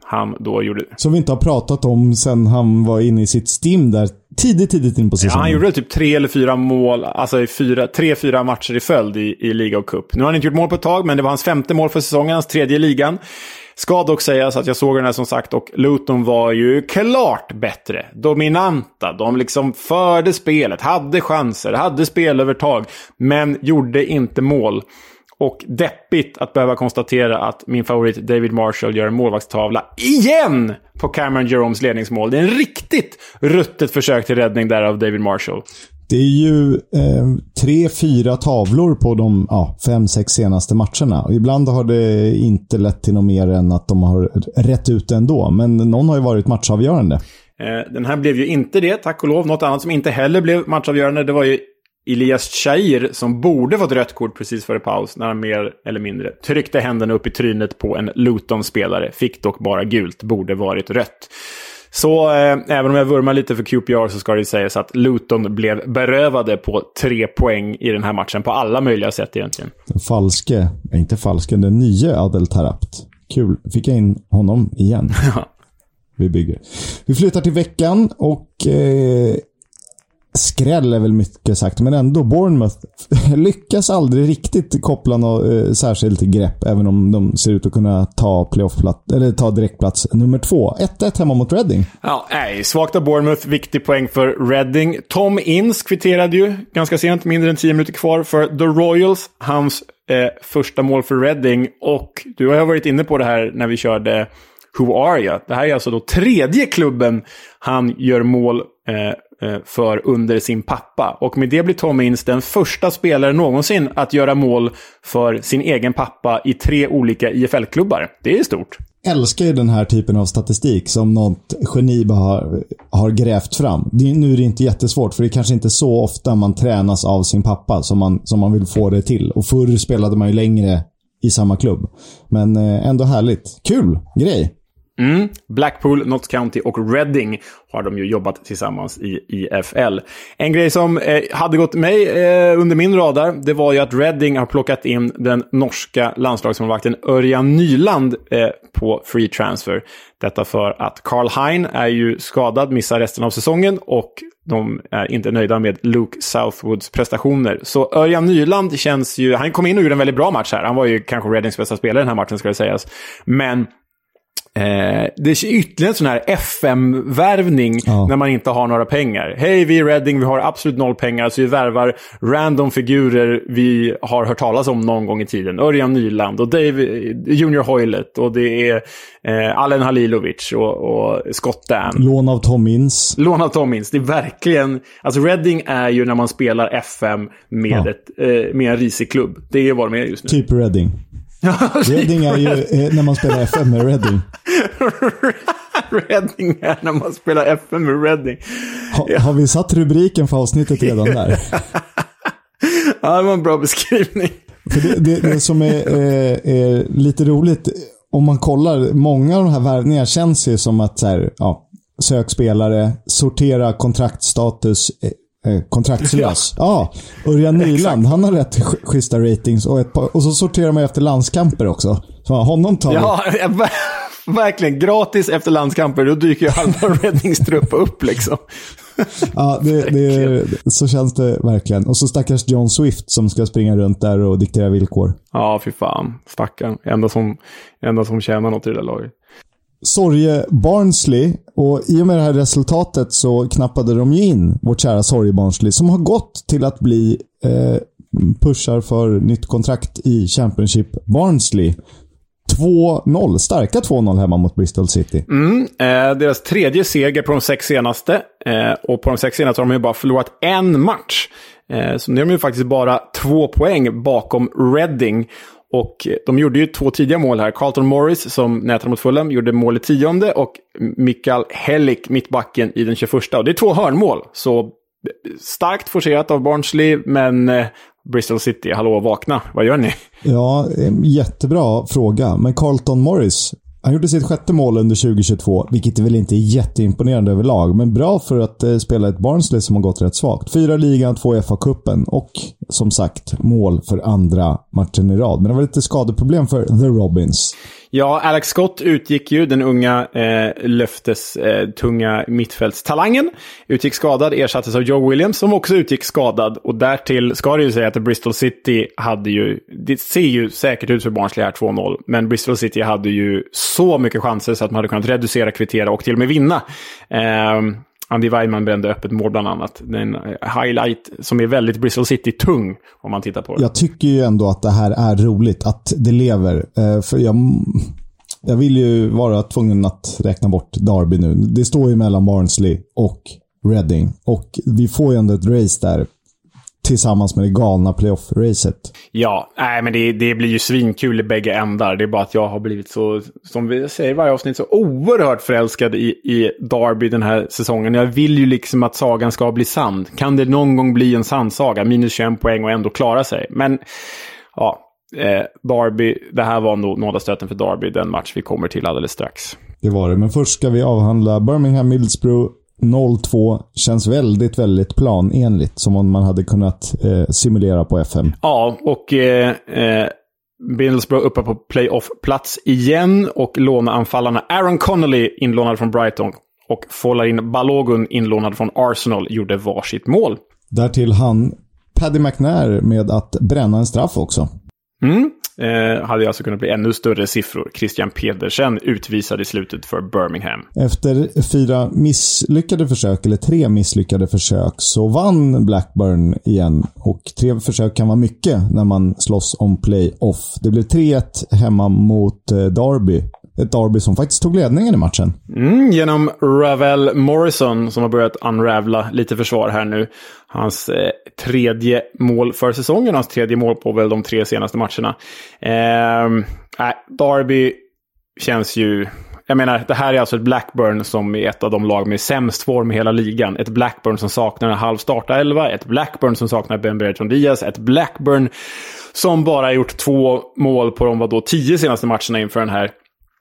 han då gjorde. Som vi inte har pratat om sen han var inne i sitt stim där tidigt, tidigt in på säsongen. Ja, han gjorde typ tre eller fyra mål, alltså i fyra, tre, fyra matcher i följd i, i Liga och Cup. Nu har han inte gjort mål på ett tag, men det var hans femte mål för säsongen, hans tredje i ligan. Ska dock sägas att jag såg den här som sagt, och Luton var ju klart bättre, dominanta. De liksom förde spelet, hade chanser, hade spelövertag, men gjorde inte mål. Och deppigt att behöva konstatera att min favorit David Marshall gör en målvaktstavla igen på Cameron Jeromes ledningsmål. Det är en riktigt ruttet försök till räddning där av David Marshall. Det är ju eh, tre, fyra tavlor på de ja, fem, sex senaste matcherna. Och ibland har det inte lett till något mer än att de har rätt ut ändå. Men någon har ju varit matchavgörande. Eh, den här blev ju inte det, tack och lov. Något annat som inte heller blev matchavgörande, det var ju Elias Chair som borde fått rött kort precis före paus när han mer eller mindre tryckte händerna upp i trynet på en Luton-spelare. Fick dock bara gult, borde varit rött. Så eh, även om jag vurmar lite för Q P R så ska det sägas att Luton blev berövade på tre poäng i den här matchen på alla möjliga sätt egentligen. Den falske, inte falske, den nya Adel Tarabt. Kul, fick jag in honom igen. Vi bygger. Vi flyttar till veckan och eh, skräll är väl mycket sagt, men ändå Bournemouth lyckas aldrig riktigt koppla något eh, särskilt grepp, även om de ser ut att kunna ta playoffplats eller ta direktplats nummer två. ett ett hemma mot Reading. Ja, nej, svagt av Bournemouth, viktig poäng för Reading. Tom Ince kvitterade ju ganska sent, mindre än tio minuter kvar för The Royals, hans eh, första mål för Reading, och du har varit inne på det här när vi körde Who Are You? Det här är alltså då tredje klubben han gör mål eh, för under sin pappa. Och med det blir Tom Ince den första spelaren någonsin att göra mål för sin egen pappa i tre olika I F L-klubbar. Det är stort. Älskar ju den här typen av statistik som något geni har, har grävt fram. Det, nu är det inte jättesvårt, för det är kanske inte så ofta man tränas av sin pappa som man, som man vill få det till. Och förr spelade man ju längre i samma klubb. Men eh, ändå härligt. Kul grej. Mm. Blackpool, Notts County och Reading har de ju jobbat tillsammans i I F L. En grej som eh, hade gått mig eh, under min radar, det var ju att Reading har plockat in den norska landslagsmålvakten Örjan Nyland eh, på free transfer. Detta för att Carl Hein är ju skadad, missar resten av säsongen, och de är inte nöjda med Luke Southwoods prestationer. Så Örjan Nyland känns ju, han kom in och gjorde en väldigt bra match här. Han var ju kanske Readings bästa spelare i den här matchen, ska det sägas. Men Eh, det är ytterligare en sån här F M-värvning ja. När man inte har några pengar. Hej, vi är Reading, vi har absolut noll pengar, så vi värvar random figurer vi har hört talas om någon gång i tiden. Örjan Nyland och Dave, Junior Hoylett, och det är eh, Alen Halilovic och, och Scott Dan. Lån av Tom Ince. Lån av Tom Ince. Det är verkligen, alltså Reading är ju när man spelar F M med, ja. ett, eh, med en risig klubb. Det är vad de är just nu. Typ Reading. Reading är ju eh, när man spelar F M med Reading. Reading är när man spelar F M med Reading. Ha, ja. Har vi satt rubriken för avsnittet redan där? Ja, det var en bra beskrivning. För det, det, det som är, är, är lite roligt, om man kollar, många av de här värvningarna känns ju som att så här, ja, sökspelare, sortera kontraktstatus, eh, kontraktslös. Ja, ah, Örjan Nyland, han har rätt schyssta ratings och, ett par, och så sorterar man efter landskamper också. Så honom tar ja, jag, verkligen, gratis efter landskamper, då dyker ju halva räddningstrupp upp liksom. Ja, det, det, så känns det verkligen. Och så stackars John Swift som ska springa runt där och diktera villkor. Ja, fy fan. Stackarn. Enda som, enda som tjänar något i det där laget. Sorge Barnsley, och i och med det här resultatet så knappade de ju in vårt kära Sorge Barnsley, som har gått till att bli eh, pushar för nytt kontrakt i Championship. Barnsley två noll, starka två noll hemma mot Bristol City. Mm, eh, deras tredje seger på de sex senaste, eh, och på de sex senaste har de ju bara förlorat en match. Eh, så nu är de ju faktiskt bara två poäng bakom Reading. Och de gjorde ju två tidiga mål här. Carlton Morris, som nätade mot Fulham, gjorde mål i tionde, och Mikael Hellick, mittbacken, i den tjugoförsta. Och det är två hörnmål. Så starkt forcerat av Barnsley, men eh, Bristol City, hallå, vakna. Vad gör ni? Ja, jättebra fråga. Men Carlton Morris, han gjorde sitt sjätte mål under tjugohundratjugotvå, vilket är väl inte jätteimponerande överlag, men bra för att eh, spela ett Barnsley som har gått rätt svagt. Fyra ligan, två F A-cupen och som sagt mål för andra matchen i rad. Men det var lite skadeproblem för The Robins. Ja, Alex Scott utgick ju, den unga eh, löftes eh, tunga mittfältstalangen. Utgick skadad, ersattes av Joe Williams som också utgick skadad. Och därtill ska det ju säga att Bristol City hade ju, det ser ju säkert ut för Barnsley här två noll. Men Bristol City hade ju så mycket chanser så att man hade kunnat reducera, kvittera och till och med vinna. Eh, Andy Weimann brände öppet mål bland annat. Det är en highlight som är väldigt Bristol City-tung om man tittar på det. Jag tycker ju ändå att det här är roligt, att det lever. Eh, för jag, jag vill ju vara tvungen att räkna bort Derby nu. Det står ju mellan Barnsley och Reading. Och vi får ju ändå ett race där tillsammans med det galna playoff-racet. Ja, nej, men det, det blir ju svinkul i bägge ändar. Det är bara att jag har blivit så, som vi säger i varje avsnitt, så oerhört förälskad i, i Derby den här säsongen. Jag vill ju liksom att sagan ska bli sann. Kan det någon gång bli en sann saga? Minus tjugoett poäng och ändå klara sig. Men ja, eh, Derby, det här var nog nådastöten för Derby, den match vi kommer till alldeles strax. Det var det, men först ska vi avhandla Birmingham Middlesbrough. noll två känns väldigt, väldigt planenligt, som om man hade kunnat eh, simulera på F M. Ja, och eh, eh, Middlesbrough uppe på playoff-plats igen och låneanfallarna Aaron Connolly, inlånad från Brighton, och Folarin Balogun, inlånad från Arsenal, gjorde varsitt mål. Därtill han Paddy McNair med att bränna en straff också. Mm. Eh, hade alltså kunnat bli ännu större siffror. Christian Pedersen utvisade i slutet för Birmingham. Efter fyra misslyckade försök, eller tre misslyckade försök, så vann Blackburn igen. Och tre försök kan vara mycket när man slåss om play-off. Det blev tre ett hemma mot eh, Derby. Ett Derby som faktiskt tog ledningen i matchen. Mm, genom Ravel Morrison som har börjat unravla lite försvar här nu. Hans eh, tredje mål för säsongen. Hans tredje mål på väl de tre senaste matcherna. Eh, äh, Derby känns ju... Jag menar, det här är alltså ett Blackburn som är ett av de lag med sämst form i hela ligan. Ett Blackburn som saknar en halv starta elva. Ett Blackburn som saknar Ben Brereton Diaz. Ett Blackburn som bara har gjort två mål på de var då tio senaste matcherna inför den här.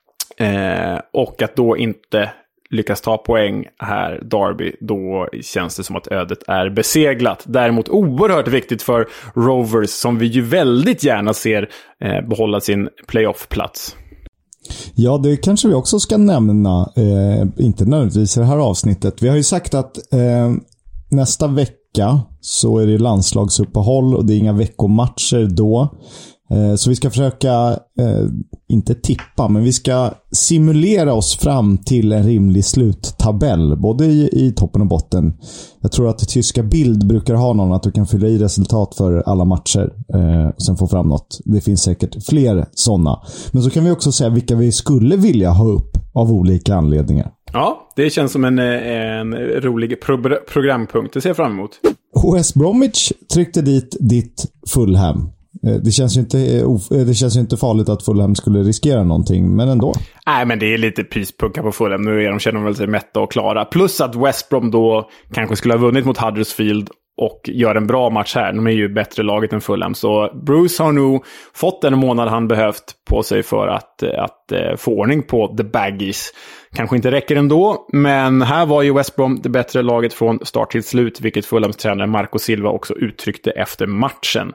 Eh, och att då inte lyckas ta poäng här, Derby, då känns det som att ödet är beseglat. Däremot oerhört viktigt för Rovers, som vi ju väldigt gärna ser eh, behålla sin playoff-plats. Ja, det kanske vi också ska nämna, eh, inte nödvändigtvis i det här avsnittet. Vi har ju sagt att eh, nästa vecka så är det landslagsuppehåll och det är inga veckomatcher då. Så vi ska försöka, eh, inte tippa, men vi ska simulera oss fram till en rimlig sluttabell. Både i, i toppen och botten. Jag tror att tyska Bild brukar ha någon att du kan fylla i resultat för alla matcher. Eh, och sen få fram något. Det finns säkert fler sådana. Men så kan vi också säga vilka vi skulle vilja ha upp av olika anledningar. Ja, det känns som en, en rolig pro- programpunkt. Det ser jag fram emot. West Bromwich tryckte dit ditt Fulham. Det känns ju inte, det känns ju inte farligt att Fulham skulle riskera någonting, men ändå. Nej, men det är lite pyspunka på Fulham. Nu är de, känner de väl sig mätta och klara. Plus att West Brom då kanske skulle ha vunnit mot Huddersfield och gör en bra match här. De är ju bättre laget än Fulham. Så Bruce har nog fått en månad han behövt på sig för att, att få ordning på the baggies. Kanske inte räcker ändå, men här var ju West Brom det bättre laget från start till slut, vilket Fulhams tränare Marco Silva också uttryckte efter matchen.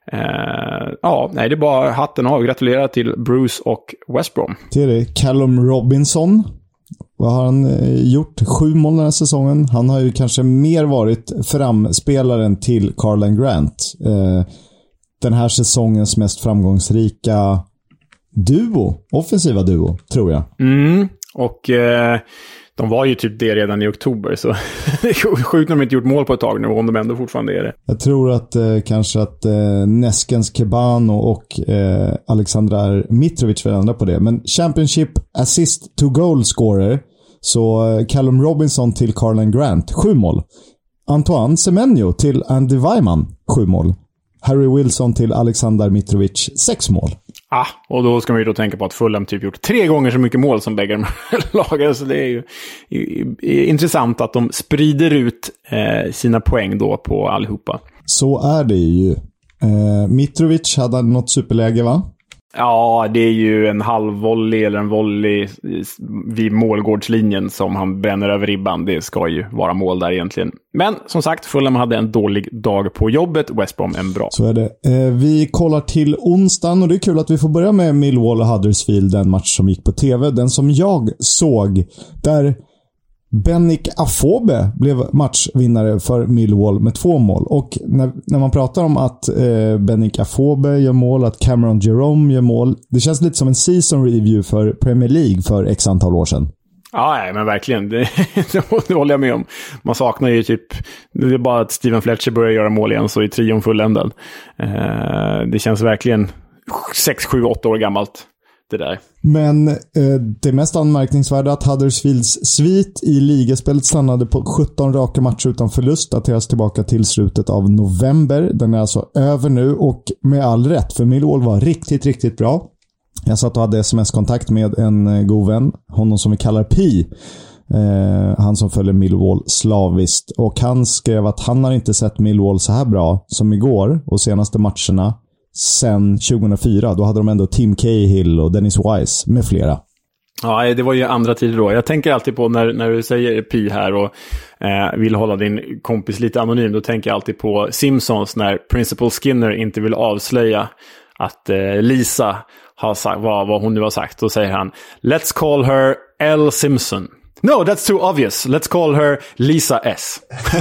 Uh, ja, nej, det är bara hatten av. Gratulerar till Bruce och West Brom. Det är det. Callum Robinson. Vad har han eh, gjort? Sju mål den här säsongen. Han har ju kanske mer varit framspelaren till Karlan Grant. Eh, den här säsongens mest framgångsrika duo. Offensiva duo, tror jag. Mm, och... Eh... De var ju typ det redan i oktober, så det är sjukt när de inte gjort mål på ett tag nu, om de ändå fortfarande är det. Jag tror att eh, kanske att eh, Neskens Kebano och eh, Aleksandar Mitrovic vill ändra på det. Men Championship Assist to Goal Scorer, så eh, Callum Robinson till Karlan Grant, sju mål. Antoine Semenyo till Andy Weimann, sju mål. Harry Wilson till Aleksandar Mitrovic, sex mål. Ah, och då ska man ju då tänka på att Fulham typ gjort tre gånger så mycket mål som bägge de här lagen. Så det är ju i, i, intressant att de sprider ut eh, sina poäng då på allihopa. Så är det ju. Eh, Mitrovic hade något superläge, va? Ja, det är ju en halvvolley eller en volley vid målgårdslinjen som han bränner över ribban. Det ska ju vara mål där egentligen. Men som sagt, Fulham hade en dålig dag på jobbet. West Brom en bra. Så är det. Eh, vi kollar till onsdagen och det är kul att vi får börja med Millwall och Huddersfield, den match som gick på tv. Den som jag såg, där Benik Afobe blev matchvinnare för Millwall med två mål. Och när, när man pratar om att eh, Benik Afobe gör mål, att Cameron Jerome gör mål, det känns lite som en season review för Premier League för x antal år sedan. Ja, nej, men verkligen. Det, det håller jag med om. Man saknar ju typ... Det är bara att Steven Fletcher börjar göra mål igen, så är trion fulländad. Eh, det känns verkligen sex, sju, åtta år gammalt. Det där. Men eh, det mest anmärkningsvärda att Huddersfields svit i ligaspelet stannade på sjutton raka matcher utan förlust, dateras tillbaka till slutet av november. Den är alltså över nu och med all rätt, för Millwall var riktigt, riktigt bra. Jag satt och hade sms-kontakt med en god vän, honom som vi kallar Pi. Eh, han som följer Millwall slaviskt, och han skrev att han har inte sett Millwall så här bra som igår och senaste matcherna sen tjugohundrafyra. Då hade de ändå Tim Cahill och Dennis Wise med flera. Ja, det var ju andra tider då. Jag tänker alltid på när, när du säger Pi här och eh, vill hålla din kompis lite anonym, då tänker jag alltid på Simpsons när Principal Skinner inte vill avslöja att eh, Lisa har sagt vad, vad hon nu har sagt. Då säger han: Let's call her L. Simpson. No, that's too obvious. Let's call her Lisa S.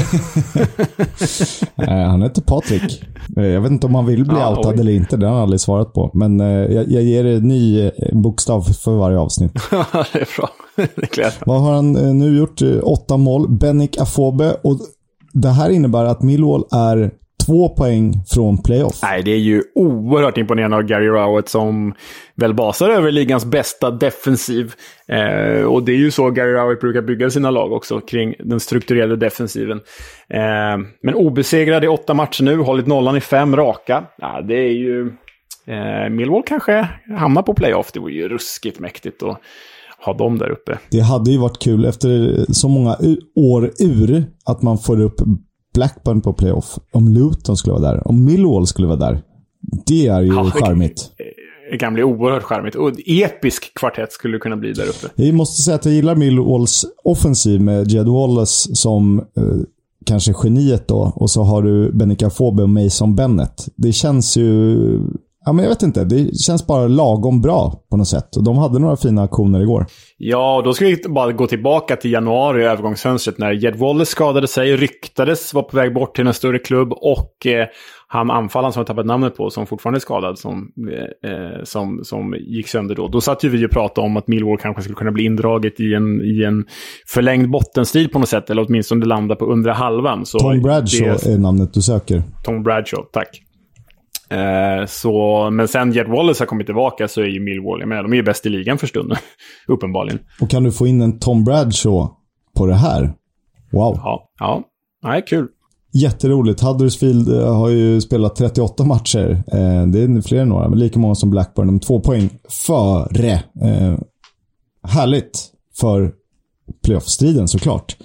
Han heter Patrik. Jag vet inte om han vill bli ja, outad oj. eller inte. Det har han aldrig svarat på. Men jag, jag ger en ny bokstav för varje avsnitt. Det är bra. Det är Vad har han nu gjort? Åtta mål. Benik Afobe. Och det här innebär att Millwall är två poäng från playoff. Nej, det är ju oerhört imponerande av Gary Rowett som väl basar över ligans bästa defensiv. Eh, och det är ju så Gary Rowett brukar bygga sina lag också, kring den strukturerade defensiven. Eh, men obesegrad i åtta matcher nu, hållit nollan i fem raka. Ja, det är ju... Eh, Millwall kanske hamnar på playoff. Det var ju ruskigt mäktigt att ha dem där uppe. Det hade ju varit kul efter så många år ur att man får upp Blackburn på playoff. Om Luton skulle vara där. Om Millwall skulle vara där. Det är ju ja, charmigt. Det kan bli oerhört charmigt. Och episk kvartett skulle kunna bli där uppe. Jag måste säga att jag gillar Millwalls offensiv med Jed Wallace som eh, kanske geniet då. Och så har du Benik Afobe och Mason Bennett. Det känns ju... Ja, men jag vet inte. Det känns bara lagom bra på något sätt. Och de hade några fina aktioner igår. Ja, och då ska vi bara gå tillbaka till januari, övergångsfönstret, när Jed Wallace skadade sig, ryktades, var på väg bort till en större klubb, och eh, han anfallaren som har tappat namnet på, som fortfarande är skadad, som, eh, som, som gick sönder då. Då satt ju vi och pratade om att Millwall kanske skulle kunna bli indraget i en, i en förlängd bottenstrid på något sätt, eller åtminstone landa på undre halvan. Så Tom Bradshaw det, är namnet du söker. Tom Bradshaw, tack. Eh, så, men sen Jed Wallace har kommit tillbaka, så är ju Millwall, jag menar, de är ju bäst i ligan för stunden. Uppenbarligen. Och kan du få in en Tom Bradshaw på det här? Wow. Ja, ja. Nej, kul. Jätteroligt. Huddersfield har ju spelat trettioåtta matcher. Eh, det är fler än några, men lika många som Blackburn. De två poäng före. Eh, härligt för playoff-striden såklart.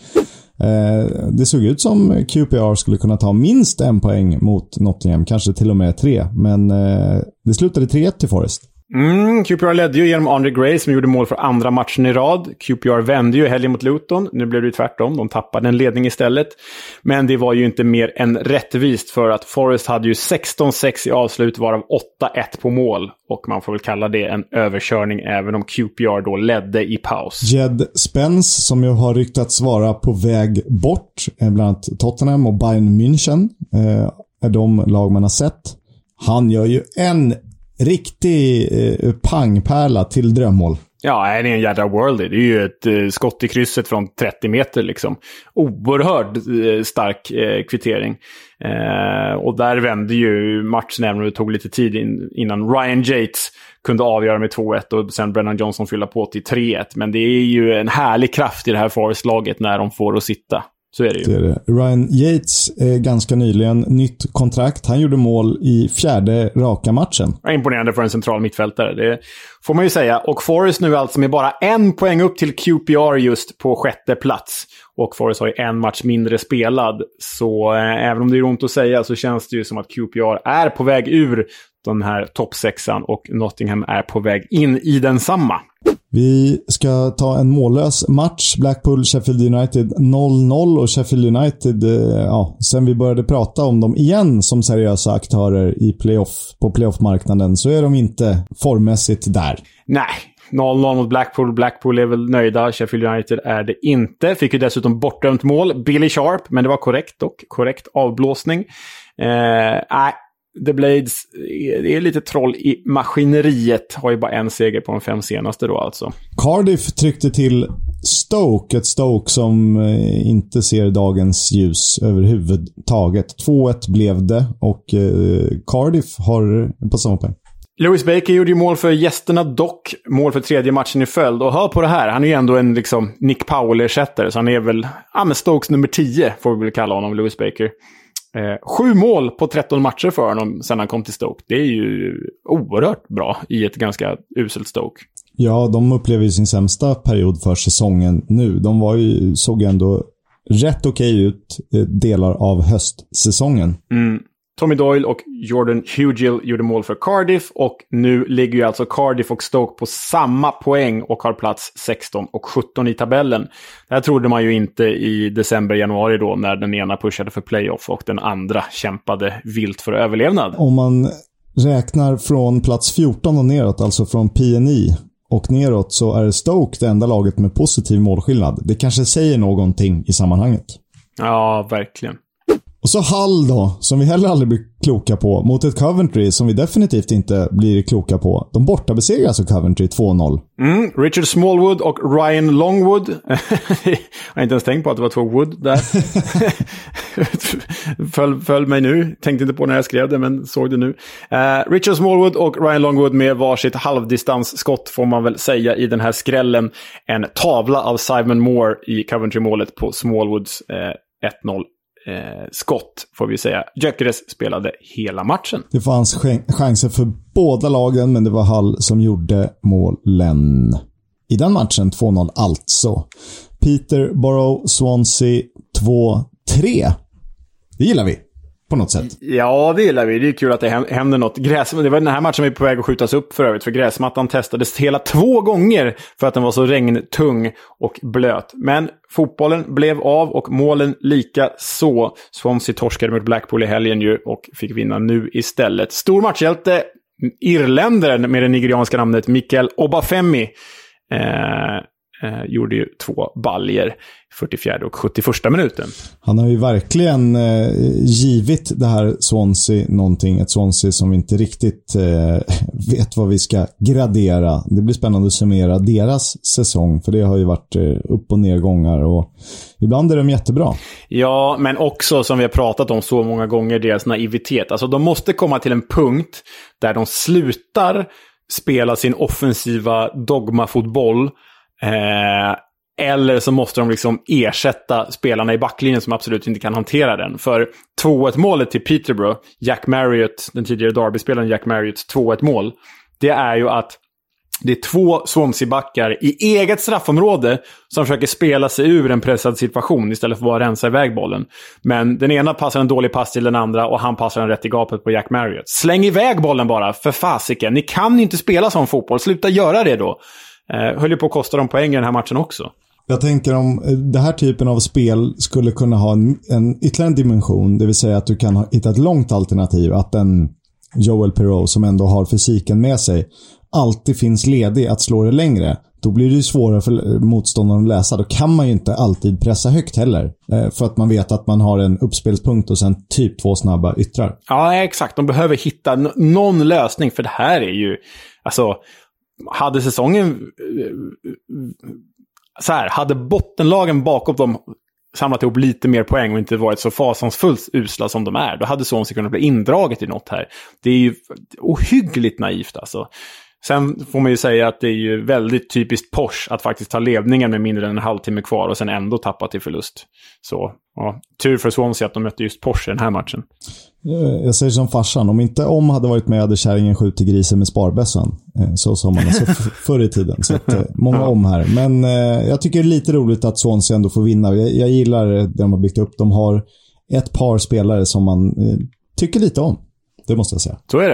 Det såg ut som Q P R skulle kunna ta minst en poäng mot Nottingham, kanske till och med tre, men det slutade tre ett till Forest. Mm, Q P R ledde ju genom Andre Gray som gjorde mål för andra matchen i rad. Q P R vände ju helgen mot Luton. Nu blev det ju tvärtom. De tappade en ledning istället. Men det var ju inte mer än rättvist, för att Forest hade ju sexton sex i avslut, varav åtta ett på mål. Och man får väl kalla det en överkörning, även om Q P R då ledde i paus. Jed Spence, som ju har ryktats vara på väg bort, bland annat Tottenham och Bayern München, är de lag man har sett. Han gör ju en riktig eh, pangpärla till drömmål. Ja, det är en jädra worldie. Det är ju ett eh, skott i krysset från trettio meter liksom. Oerhört eh, stark eh, kvittering. Eh, och där vände ju matchen, även om det tog lite tid in, innan Ryan Yates kunde avgöra med två ett och sen Brennan Johnson fylla på till tre ett. Men det är ju en härlig kraft i det här Forest-laget när de får att sitta. Så är det ju. Det är det. Ryan Yates är ganska nyligen nytt kontrakt. Han gjorde mål i fjärde raka matchen. Imponerande för en central mittfältare, det får man ju säga. Och Forest nu alltså med bara en poäng upp till Q P R just på sjätte plats. Och Forest har ju en match mindre spelad. Så eh, även om det är ont att säga, så känns det ju som att Q P R är på väg ur den här toppsexan och Nottingham är på väg in i densamma. Vi ska ta en mållös match. Blackpool, Sheffield United noll noll och Sheffield United, ja, sen vi började prata om dem igen som seriösa aktörer i playoff, på playoff-marknaden, så är de inte formmässigt där. Nej, noll noll mot Blackpool. Blackpool är väl nöjda. Sheffield United är det inte. Fick ju dessutom bortdömt mål. Billy Sharp, men det var korrekt och korrekt avblåsning. Eh, nej. The Blades, det är lite troll i maskineriet. Har ju bara en seger på de fem senaste då alltså. Cardiff tryckte till Stoke. Ett Stoke som eh, inte ser dagens ljus överhuvudtaget. två ett blev det och eh, Cardiff har på samma poäng. Lewis Baker gjorde ju mål för gästerna dock. Mål för tredje matchen i följd. Och hör på det här, han är ju ändå en liksom Nick Powell-ersättare. Så han är väl, ja men Stokes nummer tio får vi väl kalla honom, Lewis Baker. Eh, sju mål på tretton matcher för honom sedan han kom till Stoke. Det är ju oerhört bra i ett ganska uselt Stoke. Ja, de upplever ju sin sämsta period för säsongen nu. De var ju, såg ändå rätt okej ut delar av höstsäsongen. Mm. Tommy Doyle och Jordan Hugill gjorde mål för Cardiff och nu ligger ju alltså Cardiff och Stoke på samma poäng och har plats sexton och sjutton i tabellen. Det här trodde man ju inte i december, januari då när den ena pushade för playoff och den andra kämpade vilt för överlevnad. Om man räknar från plats fjorton och neråt, alltså från P N I och neråt, så är Stoke det enda laget med positiv målskillnad. Det kanske säger någonting i sammanhanget. Ja, verkligen. Och så Hull då, som vi heller aldrig blir kloka på, mot ett Coventry som vi definitivt inte blir kloka på. De borta besegrar alltså Coventry två noll. Mm, Richard Smallwood och Ryan Longwood. Jag har inte ens tänkt på att det var två Wood där. Följ, följ mig nu. Tänkte inte på när jag skrev det, men såg det nu. Uh, Richard Smallwood och Ryan Longwood med varsitt halvdistansskott får man väl säga i den här skrällen. En tavla av Simon Moore i Coventry-målet på Smallwoods uh, ett noll. Eh, skott får vi säga. Gyökeres spelade hela matchen. Det fanns ch- chanser för båda lagen, men det var Hull som gjorde målen i den matchen. två noll alltså. Peterborough, Swansea två tre. Det gillar vi på något sätt. Ja, det gillar vi. Det är kul att det händer något. Gräs, det var den här matchen vi är på väg att skjutas upp för övrigt, för gräsmattan testades hela två gånger för att den var så regntung och blöt. Men fotbollen blev av och målen lika så. Swansea torskade mot Blackpool i helgen ju och fick vinna nu istället. Stor matchhjälte, irländaren med det nigerianska namnet Mikel Obafemi. Eh... Eh, gjorde ju två baljer fyrtiofjärde och sjuttioförsta minuten. Han har ju verkligen eh, givit det här Swansea någonting. Ett Swansea som inte riktigt eh, vet vad vi ska gradera. Det blir spännande att summera deras säsong, för det har ju varit eh, upp- och nedgångar och ibland är de jättebra. Ja, men också som vi har pratat om så många gånger, deras naivitet. Alltså de måste komma till en punkt där de slutar spela sin offensiva dogmafotboll. Eh, eller så måste de liksom ersätta spelarna i backlinjen som absolut inte kan hantera den. För två ett målet till Peterborough, Jack Marriott, den tidigare Derby-spelaren Jack Marriotts två ett mål, det är ju att det är två Swansea-backar i eget straffområde som försöker spela sig ur en pressad situation istället för att bara rensa iväg bollen. Men den ena passar en dålig pass till den andra och han passar en rätt i gapet på Jack Marriott. Släng iväg bollen bara, för fasiken. Ni kan inte spela som fotboll, sluta göra det då. Eh, höll ju på att kosta dem poäng i den här matchen också. Jag tänker om den här typen av spel skulle kunna ha en, en ytterligare en dimension, det vill säga att du kan ha, hitta ett långt alternativ, att en Joel Perreault som ändå har fysiken med sig alltid finns ledig att slå det längre. Då blir det ju svårare för motståndaren att läsa. Då kan man ju inte alltid pressa högt heller. Eh, för att man vet att man har en uppspelspunkt och sen typ två snabba yttrar. Ja, exakt. De behöver hitta n- någon lösning, för det här är ju... Alltså, hade säsongen... Så här, hade bottenlagen bakom dem samlat ihop lite mer poäng och inte varit så fasansfullt usla som de är, då hade Swansea kunnat bli indraget i något här. Det är ju ohyggligt naivt alltså. Sen får man ju säga att det är ju väldigt typiskt Porsche att faktiskt ta ledningen med mindre än en halvtimme kvar och sen ändå tappa till förlust. Så, ja, tur för Swansea att de mötte just Porsche i den här matchen. Jag säger som farsan, om inte om hade varit med hade kärringen skjutit grisen med sparbässan. Så som man alltså förr i tiden. Så att, många ja. om här. Men eh, jag tycker det är lite roligt att Swansea ändå får vinna. Jag, jag gillar det de har byggt upp. De har ett par spelare som man eh, tycker lite om. Det måste jag säga. Så är det.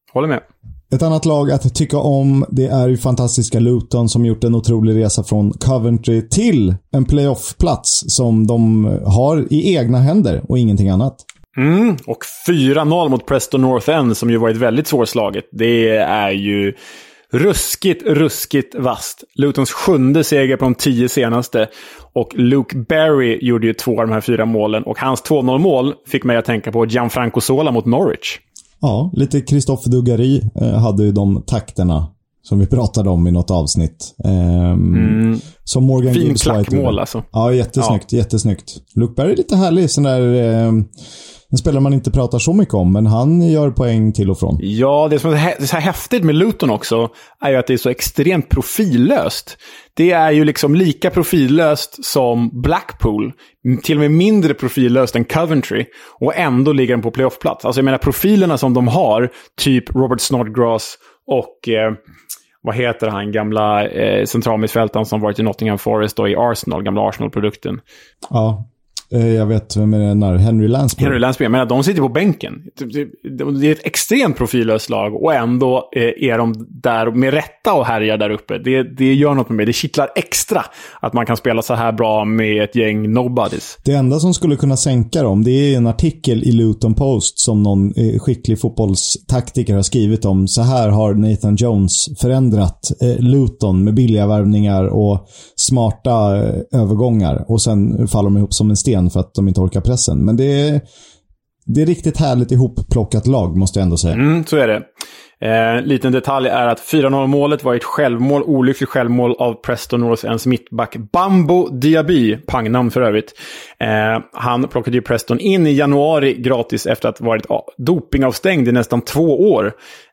Håller med. Ett annat lag att tycka om, det är ju fantastiska Luton som gjort en otrolig resa från Coventry till en playoff-plats som de har i egna händer och ingenting annat. Mm, och fyra noll mot Preston North End som ju varit väldigt svårslaget. Det är ju ruskigt, ruskigt vast. Lutons sjunde seger på de tio senaste. Och Luke Barry gjorde ju två av de här fyra målen. Och hans två noll-mål fick mig att tänka på Gianfranco Zola mot Norwich. Ja, lite Christophe Dugarry eh, hade ju de takterna som vi pratade om i något avsnitt. Ehm, mm. Som Morgan fin Gibbs klackmål alltså. Ja, jättesnyggt, ja. jättesnyggt. Luke Barry är lite härlig, sån där eh, en spelare man inte pratar så mycket om, men han gör poäng till och från. Ja, det som är så här häftigt med Luton också är ju att det är så extremt profillöst. Det är ju liksom lika profillöst som Blackpool, till och med mindre profillöst än Coventry, och ändå ligger den på playoffplats. Alltså jag menar profilerna som de har, typ Robert Snodgrass och eh, vad heter han, gamla eh, centralmittfältaren som varit i Nottingham Forest och i Arsenal, gamla Arsenal-produkten. Ja. Jag vet vem är den där, Henry Lansbury. Henry Lansbury, men de sitter på bänken. Det är ett extremt profillöst lag och ändå är de där med rätta och härjar där uppe. Det, det gör något med mig. Det kittlar extra att man kan spela så här bra med ett gäng nobodies. Det enda som skulle kunna sänka dem, det är en artikel i Luton Post som någon skicklig fotbollstaktiker har skrivit om. Så här har Nathan Jones förändrat Luton med billiga värvningar och smarta övergångar. Och sen faller de ihop som en sten för att de inte orkar pressen. Men det är, det är riktigt härligt ihopplockat lag, måste jag ändå säga. Mm, så är det. Eh, liten detalj är att fyra noll-målet var ett självmål, olyckligt självmål av Preston North Ends mittback Bambo Diaby, pangnamn för övrigt. Eh, han plockade ju Preston in i januari gratis efter att ha varit ah, dopingavstängd i nästan två år.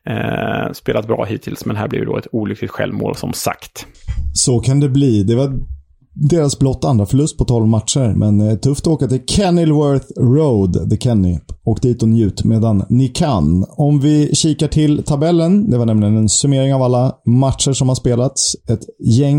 Eh, spelat bra hittills, men här blev det då ett olyckligt självmål som sagt. Så kan det bli. Det var deras blott andra förlust på tolv matcher, men eh, tufft att åka till Kenilworth Road, The Kenny, och dit och njut medan ni kan. Om vi kikar till tabellen, det var nämligen en summering av alla matcher som har spelats, ett gäng.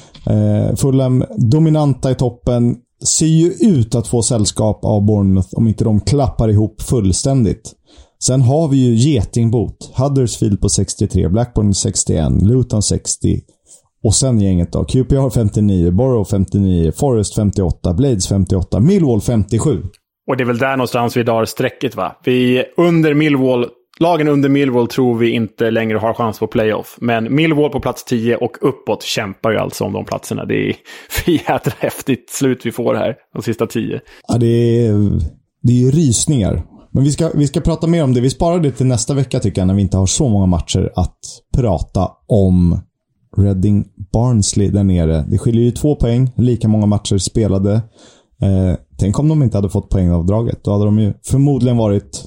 Eh, Fulham dominanta i toppen, ser ju ut att få sällskap av Bournemouth om inte de klappar ihop fullständigt. Sen har vi ju getingbot, Huddersfield på sextiotre, Blackburn sextioen, Luton sextio. Och sen gänget då. Q P R femtionio, Borough femtionio, Forest femtioåtta, Blades femtioåtta, Millwall femtiosju. Och det är väl där någonstans vi drar strecket, va? Vi under Millwall, lagen under Millwall tror vi inte längre har chans på playoff. Men Millwall på plats tio och uppåt kämpar ju alltså om de platserna. Det är för jädra häftigt slut vi får här, de sista tio. Ja, det är, det är rysningar. Men vi ska, vi ska prata mer om det. Vi sparar det till nästa vecka tycker jag, när vi inte har så många matcher att prata om. Reading Barnsley där nere. Det skiljer ju två poäng, lika många matcher spelade. Eh, tänk om de inte hade fått poängavdraget. Då hade de ju förmodligen varit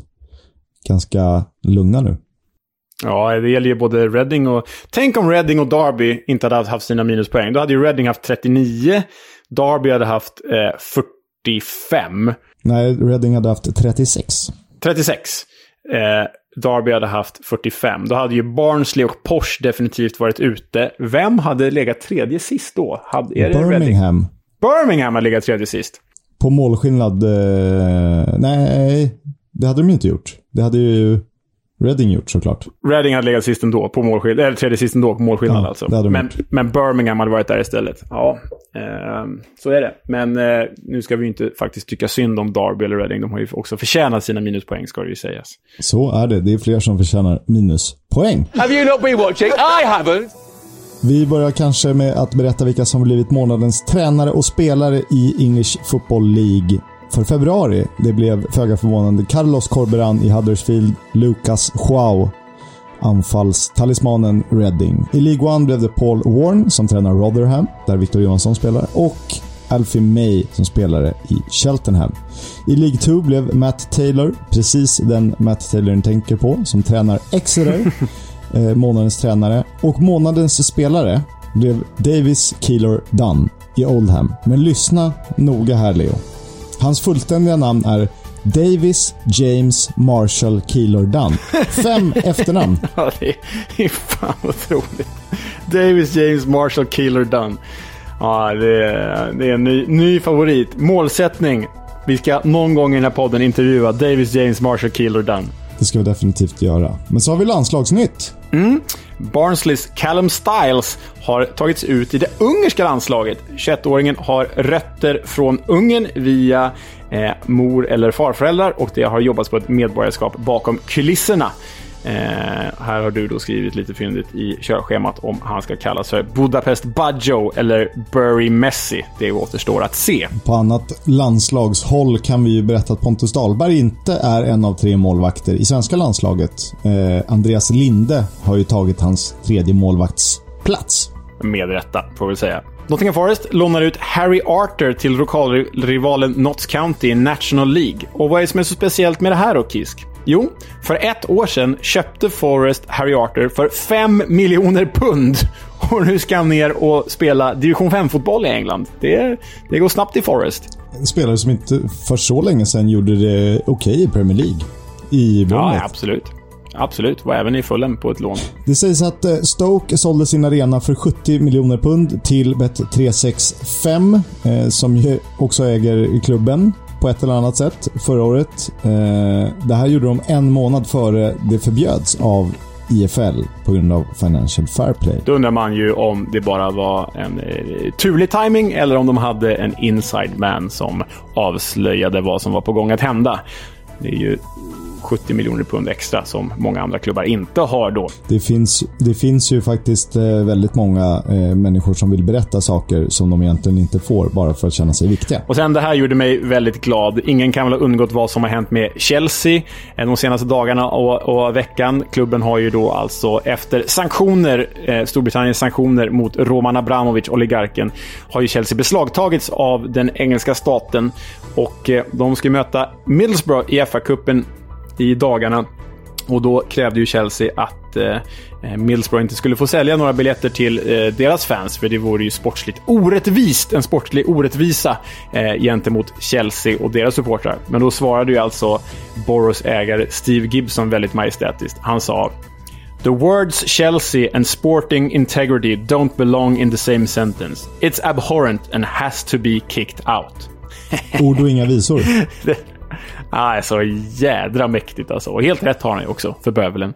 ganska lugna nu. Ja, det gäller ju både Reading och... Tänk om Reading och Derby inte hade haft sina minuspoäng. Då hade ju Reading haft trettionio. Derby hade haft eh, fyrtiofem. Nej, Reading hade haft trettiosex. trettiosex. Eh... Derby hade haft fyrtiofem. Då hade ju Barnsley och Porsche definitivt varit ute. Vem hade legat tredje sist då? Hade, är Birmingham. Det Reading? Birmingham hade legat tredje sist. På målskillnad... Eh, nej, det hade de inte gjort. Det hade ju Reading gjort såklart. Reading hade legat sist ändå på målskillnad. Eller tredje sist ändå på målskillnad ja, alltså. Men, men Birmingham hade varit där istället. Ja, eh, så är det. Men eh, nu ska vi ju inte faktiskt tycka synd om Derby eller Reading. De har ju också förtjänat sina minuspoäng, ska det ju sägas. Så är det. Det är fler som förtjänar minuspoäng. Have you not been watching? I haven't! Vi börjar kanske med att berätta vilka som blivit månadens tränare och spelare i English Football League för februari. Det blev föga förvånande Carlos Corberan i Huddersfield, Lucas Joao, anfallstalismanen Reading. I League One blev det Paul Warne som tränar Rotherham, där Victor Johansson spelar, och Alfie May som spelare i Cheltenham. I League Two blev Matt Taylor, precis den Matt Taylor tänker på, som tränar Exeter, eh, månadens tränare. Och månadens spelare blev Davis Keeler Dunn i Oldham. Men lyssna noga här, Leo. Hans fullständiga namn är Davis James Marshall Keeler Dunn. Fem efternamn. Ja, det är, det är fan otroligt. Davis James Marshall Keeler Dunn. Ja, det är, det är en ny, ny favorit. Målsättning. Vi ska någon gång i den här podden intervjua Davis James Marshall Keeler Dunn. Det ska vi definitivt göra. Men så har vi landslagsnytt. Mm. Barnsleys Callum Styles har tagits ut i det ungerska landslaget. tjugoett-åringen har rötter från Ungern via eh, mor- eller farföräldrar och det har jobbats på ett medborgarskap bakom kulisserna. Eh, här har du då skrivit lite fyndigt i körschemat om han ska kallas för Budapest Baggio eller Bury Messi. Det återstår att se. På annat landslagshåll kan vi ju berätta att Pontus Dahlberg inte är en av tre målvakter i svenska landslaget. Eh, Andreas Linde har ju tagit hans tredje målvaktsplats. Med rätta, får vi säga. Nottingham Forest lånar ut Harry Arter till lokalrivalen Notts County i National League. Och vad är det som är så speciellt med det här då, Kisk? Jo, för ett år sedan köpte Forest Harry Arter för fem miljoner pund. Och nu ska han ner och spela division fem-fotboll i England. Det, det går snabbt i Forest. En spelare som inte för så länge sedan gjorde det okej okay i Premier League. I ja, absolut. Absolut, var även i Fulham på ett lån. Det sägs att Stoke sålde sin arena för sjuttio miljoner pund till Bet tre sex fem eh, som ju också äger klubben på ett eller annat sätt förra året. Eh, det här gjorde de en månad före det förbjöds av I F L på grund av Financial Fair Play. Då undrar man ju om det bara var en eh, turlig timing eller om de hade en inside man som avslöjade vad som var på gång att hända. Det är ju sjuttio miljoner pund extra som många andra klubbar inte har då. Det finns, det finns ju faktiskt eh, väldigt många eh, människor som vill berätta saker som de egentligen inte får bara för att känna sig viktiga. Och sen det här gjorde mig väldigt glad. Ingen kan väl ha undgått vad som har hänt med Chelsea de senaste dagarna och, och veckan. Klubben har ju då alltså efter sanktioner, eh, Storbritanniens sanktioner mot Roman Abramovich, oligarken, har ju Chelsea beslagtagits av den engelska staten och eh, de ska möta Middlesbrough i F A-cupen i dagarna och då krävde ju Chelsea att eh, Middlesbrough inte skulle få sälja några biljetter till eh, deras fans för det vore ju sportsligt orättvist, en sportlig orättvisa eh, gentemot Chelsea och deras supportrar. Men då svarade ju alltså Boroughs ägare Steve Gibson väldigt majestätiskt. Han sa: "The words Chelsea and sporting integrity don't belong in the same sentence. It's abhorrent and has to be kicked out." Ord och inga visor. Ah, så jädra mäktigt alltså. Och helt rätt har han ju också för bövelen.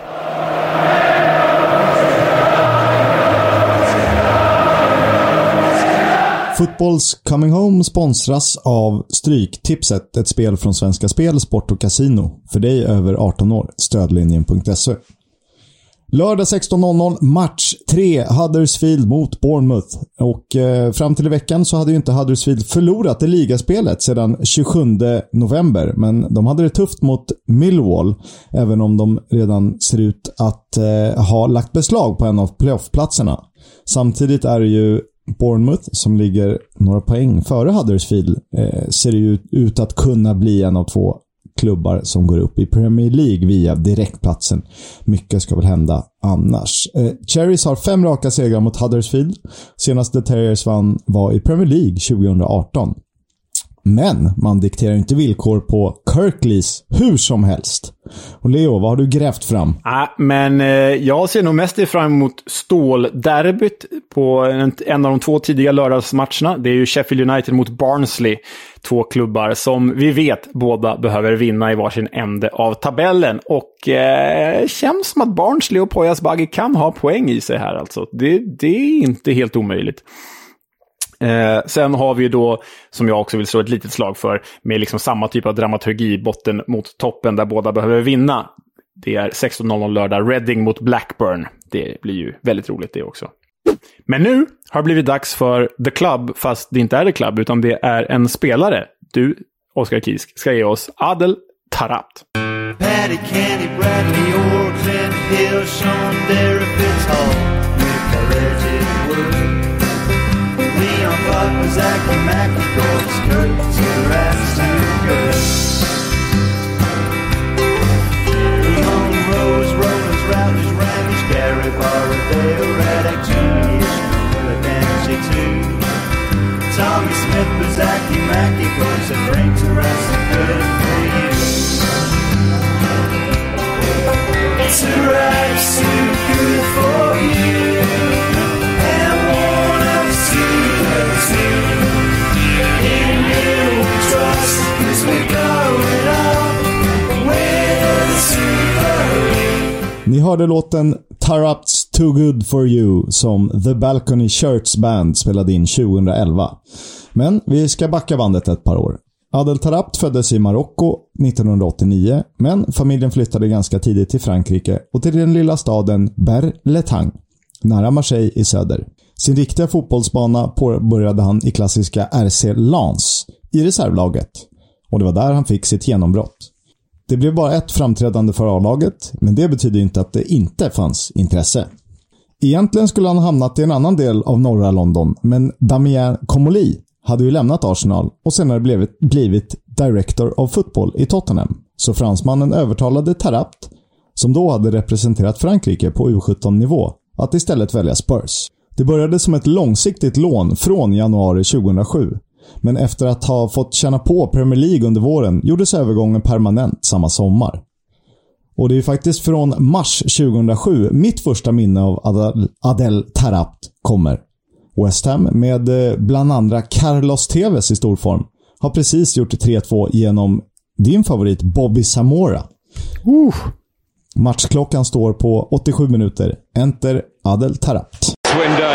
Footballs Coming Home sponsras av Stryktipset, ett spel från Svenska Spel, Sport och Casino. För dig över arton år. Stödlinjen punkt se. Lördag sexton noll noll, match tre, Huddersfield mot Bournemouth. Och eh, fram till i veckan så hade ju inte Huddersfield förlorat det ligaspelet sedan tjugosjunde november. Men de hade det tufft mot Millwall, även om de redan ser ut att eh, ha lagt beslag på en av playoffplatserna. Samtidigt är det ju Bournemouth som ligger några poäng före Huddersfield. Eh, ser det ju ut att kunna bli en av två klubbar som går upp i Premier League via direktplatsen. Mycket ska väl hända annars. Eh, Cherries har fem raka segrar mot Huddersfield. Senaste Terriers vann var i Premier League tjugo arton. Men man dikterar inte villkor på Kirklees hur som helst. Och Leo, vad har du grävt fram? Ah, men eh, jag ser nog mest fram emot stålderbyt på en, en av de två tidiga lördagsmatcherna. Det är ju Sheffield United mot Barnsley. Två klubbar som vi vet båda behöver vinna i varsin ände av tabellen. Och eh, känns som att Barnsley och Poyas Bagge kan ha poäng i sig här alltså. Det, det är inte helt omöjligt. Eh, sen har vi då, som jag också vill slå ett litet slag för, med liksom samma typ av dramaturgi, botten mot toppen där båda behöver vinna. Det är sexton noll noll lördag, Reading mot Blackburn. Det blir ju väldigt roligt det också. Men nu har det blivit dags för The Club, fast det inte är The Club utan det är en spelare. Du, Oskar Kisk, ska ge oss Adel Taarabt. Paddy, Kenny, Bradley, or Clint Hill, Sean Derry, Fitz Hall, Nick Alleged Wood. Leon Buck, Zachary Mackey, Gordon Skirt, Taarabt, Stu Good. Ramon Rose, Rollins, Routledge, Ramage, Gary Barradale, Radek, Junior, Philadelphia, too. Tommy Smith, Zachary Mackey, Gordon, and Frank Taarabt, good for you. Taarabt's too good for you, and one of two, two. In you we trust, 'cause we're going up with Ni hörde låten Tarapt's Too Good For You som The Balcony Shirts Band spelade in tjugoelva. Men vi ska backa bandet ett par år. Adel Tarapt föddes i Marocko nittonhundraåttionio, men familjen flyttade ganska tidigt till Frankrike och till den lilla staden Ber-le-Tang, nära Marseille i söder. Sin riktiga fotbollsbana påbörjade han i klassiska R C Lens i reservlaget, och det var där han fick sitt genombrott. Det blev bara ett framträdande för A-laget, men det betyder inte att det inte fanns intresse. Egentligen skulle han ha hamnat i en annan del av norra London, men Damien Comolli hade ju lämnat Arsenal och senare blivit, blivit Director of Football i Tottenham. Så fransmannen övertalade Tarapt, som då hade representerat Frankrike på U sjutton-nivå, att istället välja Spurs. Det började som ett långsiktigt lån från januari tjugohundrasju. Men efter att ha fått känna på Premier League under våren gjordes övergången permanent samma sommar. Och det är faktiskt från mars tjugohundrasju mitt första minne av Adel, Adel Tarapt kommer. West Ham med bland andra Carlos Tevez i stor form har precis gjort tre två genom din favorit Bobby Zamora. Uh. Matchklockan står på åttiosju minuter. Enter Adel Tarapt. Window.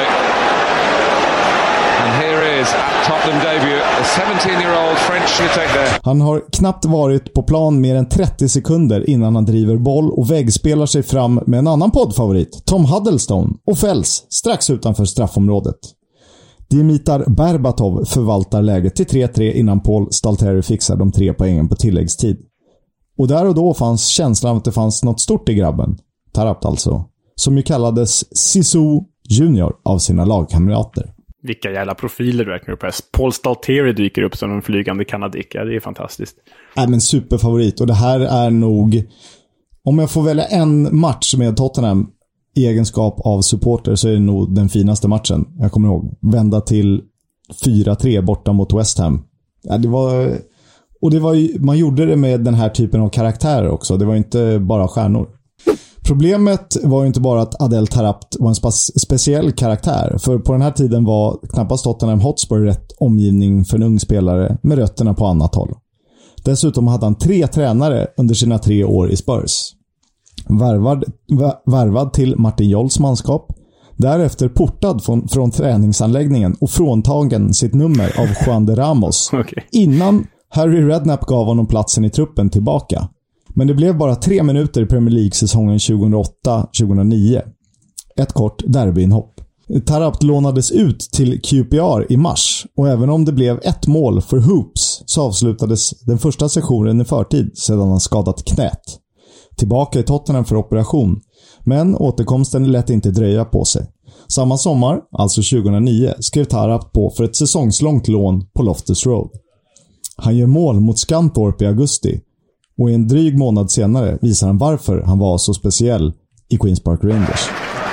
And here is Tottenham debut, a seventeen-year-old French attacker. Han har knappt varit på plan mer än trettio sekunder innan han driver boll och väggspelar sig fram med en annan poddfavorit, Tom Huddlestone, och fälls strax utanför straffområdet. Dimitar Berbatov förvaltar läget till tre tre innan Paul Stalteri fixar de tre poängen på tilläggstid. Och där och då fanns känslan att det fanns något stort i grabben, Tarapt alltså, som ju kallades Sisu Junior av sina lagkamrater. Vilka jävla profiler du räknar upp här. Paul Stalteri dyker upp som en flygande kanadicka. Det är fantastiskt. Nej, men superfavorit. Och det här är nog, om jag får välja en match med Tottenham i egenskap av supporter, så är det nog den finaste matchen. Jag kommer ihåg. Vända till fyra tre borta mot West Ham. Ja, det var, och det var ju, man gjorde det med den här typen av karaktärer också. Det var inte bara stjärnor. Problemet var ju inte bara att Adel Tarapt var en spe- speciell karaktär. För på den här tiden var knappast Tottenham Hotspur rätt omgivning för en ung spelare med rötterna på annat håll. Dessutom hade han tre tränare under sina tre år i Spurs. Värvad, värvad till Martin Jols manskap. Därefter portad från, från träningsanläggningen och fråntagen sitt nummer av Juan de Ramos. Okay. Innan Harry Redknapp gav honom platsen i truppen tillbaka. Men det blev bara tre minuter i Premier League-säsongen tjugohundraåtta tjugohundranio. Ett kort derbyinhopp. Tarapt lånades ut till Q P R i mars, och även om det blev ett mål för Hoops så avslutades den första sessionen i förtid sedan han skadat knät. Tillbaka i Tottenham för operation, men återkomsten lät inte dröja på sig. Samma sommar, alltså tjugohundranio, skrev Tarapt på för ett säsongslångt lån på Loftus Road. Han gör mål mot Scunthorpe i augusti, och en dryg månad senare visar han varför han var så speciell i Queens Park Rangers.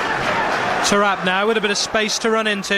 Tarapt now with a bit of space to run into.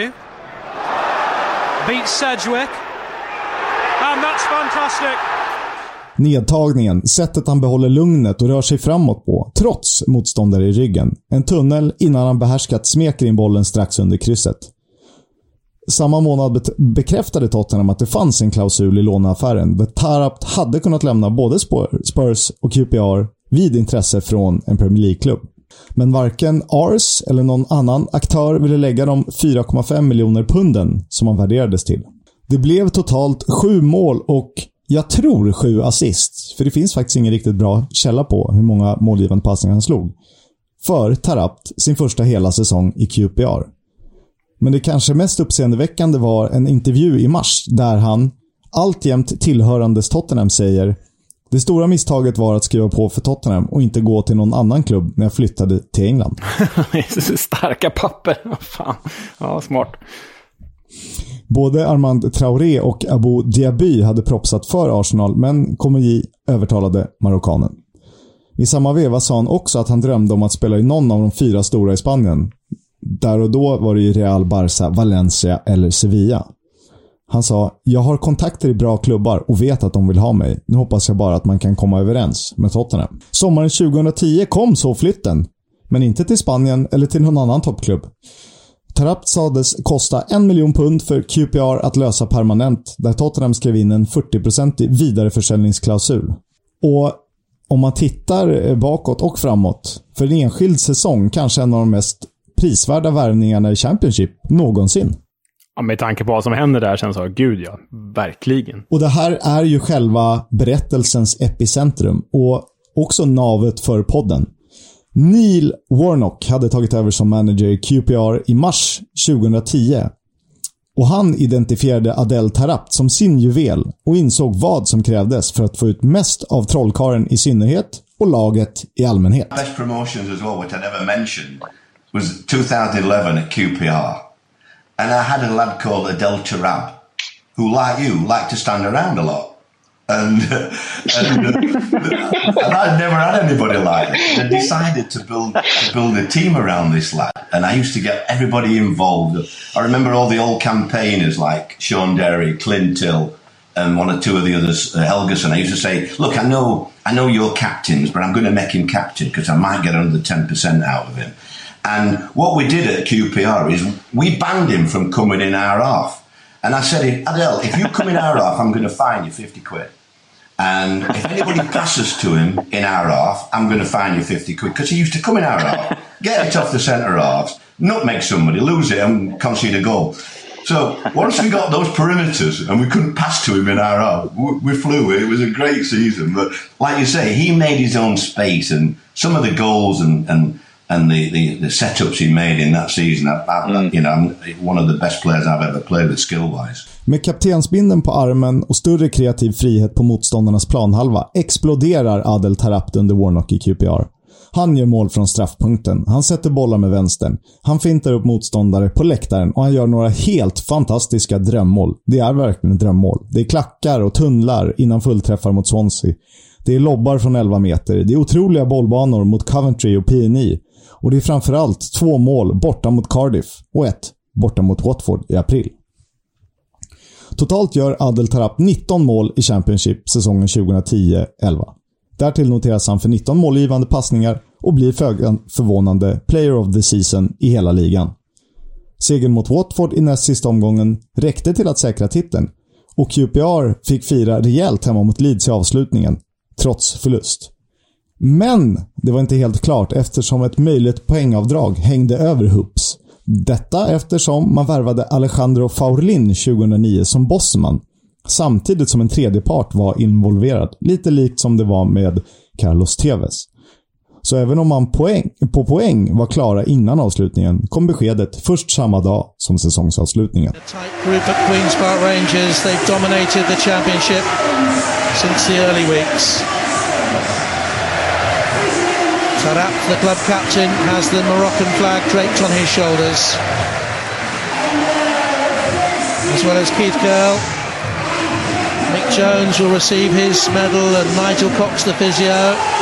Beats Sedgwick. And that's fantastic. Nedtagningen, sättet han behåller lugnet och rör sig framåt på, trots motståndare i ryggen. En tunnel innan han behärskat smeker in bollen strax under krysset. Samma månad bekräftade Tottenham att det fanns en klausul i låneaffären där Tarapt hade kunnat lämna både Spurs och Q P R vid intresse från en Premier League-klubb. Men varken Ars eller någon annan aktör ville lägga de fyra komma fem miljoner punden som han värderades till. Det blev totalt sju mål och jag tror sju assist, för det finns faktiskt ingen riktigt bra källa på hur många målgivande passningar han slog. För Tarapt sin första hela säsong i Q P R. Men det kanske mest uppseendeväckande var en intervju i mars där han, alltjämt tillhörandes Tottenham, säger: det stora misstaget var att skriva på för Tottenham och inte gå till någon annan klubb när jag flyttade till England. Starka papper. Fan. Ja, smart. Både Armand Traoré och Abou Diaby hade propsat för Arsenal, men Comolli övertalade marockanen. I samma veva sa han också att han drömde om att spela i någon av de fyra stora i Spanien. Där och då var det ju Real, Barca, Valencia eller Sevilla. Han sa: jag har kontakter i bra klubbar och vet att de vill ha mig. Nu hoppas jag bara att man kan komma överens med Tottenham. Sommaren tjugohundratio kom så flytten, men inte till Spanien eller till någon annan toppklubb. Tarapt sades kosta en miljon pund för Q P R att lösa permanent, där Tottenham skrev in en fyrtio procent vidareförsäljningsklausul. Och om man tittar bakåt och framåt, för en enskild säsong kanske en av de mest prisvärda värvningarna i Championship någonsin. Ja, med tanke på vad som händer där känns det, gud ja, verkligen. Och det här är ju själva berättelsens epicentrum och också navet för podden. Neil Warnock hade tagit över som manager i Q P R i mars tjugohundratio. Och han identifierade Adel Taarabt som sin juvel och insåg vad som krävdes för att få ut mest av trollkaren i synnerhet och laget i allmänhet. Best promotions as well, which I never mentioned, was twenty eleven at Q P R. And I had a lad called Adel Taarabt, who, like you, liked to stand around a lot. And, and, uh, and I'd never had anybody like it. I decided to build to build a team around this lad, and I used to get everybody involved. I remember all the old campaigners like Sean Derry, Clint Hill, and one or two of the others, uh, Helgeson. I used to say, "Look, I know, I know you're captains, but I'm going to make him captain because I might get under ten percent out of him." And what we did at Q P R is we banned him from coming in our half. And I said, Adel, if you come in our half, I'm going to fine you fifty quid. And if anybody passes to him in our half, I'm going to fine you fifty quid. Because he used to come in our half, get it off the centre halves, nutmeg somebody, lose it and concede a goal. So once we got those perimeters and we couldn't pass to him in our half, we flew. It was a great season. But like you say, he made his own space, and some of the goals and, and And the, the, the setups he made in that season, I, I, mm. you know, I'm one of the best players I've ever played with skill-wise. Med kaptensbinden på armen och större kreativ frihet på motståndarnas planhalva exploderar Adel Taarabt under Warnock i Q P R. Han gör mål från straffpunkten, han sätter bollar med vänstern, han fintar upp motståndare på läktaren och han gör några helt fantastiska drömmål. Det är verkligen drömmål. Det är klackar och tunnlar innan fullträffar mot Swansea. Det är lobbar från elva meter, det är otroliga bollbanor mot Coventry och P N E. Och det är framförallt två mål borta mot Cardiff och ett borta mot Watford i april. Totalt gör Adel Taarabt nitton mål i Championship säsongen tjugohundratio elva. Därtill noteras han för nitton målgivande passningar och blir föga förvånande player of the season i hela ligan. Segern mot Watford i näst sista omgången räckte till att säkra titeln och Q P R fick fira rejält hemma mot Leeds i avslutningen, trots förlust. Men det var inte helt klart eftersom ett möjligt poängavdrag hängde över Hoops. Detta eftersom man värvade Alejandro Faurlin tjugohundranio som bossman, samtidigt som en tredje part var involverad, lite likt som det var med Carlos Tevez. Så även om man poäng, på poäng var klara innan avslutningen kom beskedet först samma dag som säsongsavslutningen. Group at Queen's Park Rangers, they've dominated the championship since the early weeks. Taarabt, the club captain, has the Moroccan flag draped on his shoulders, as well as Keith Curle. Mick Jones will receive his medal, and Nigel Cox, the physio.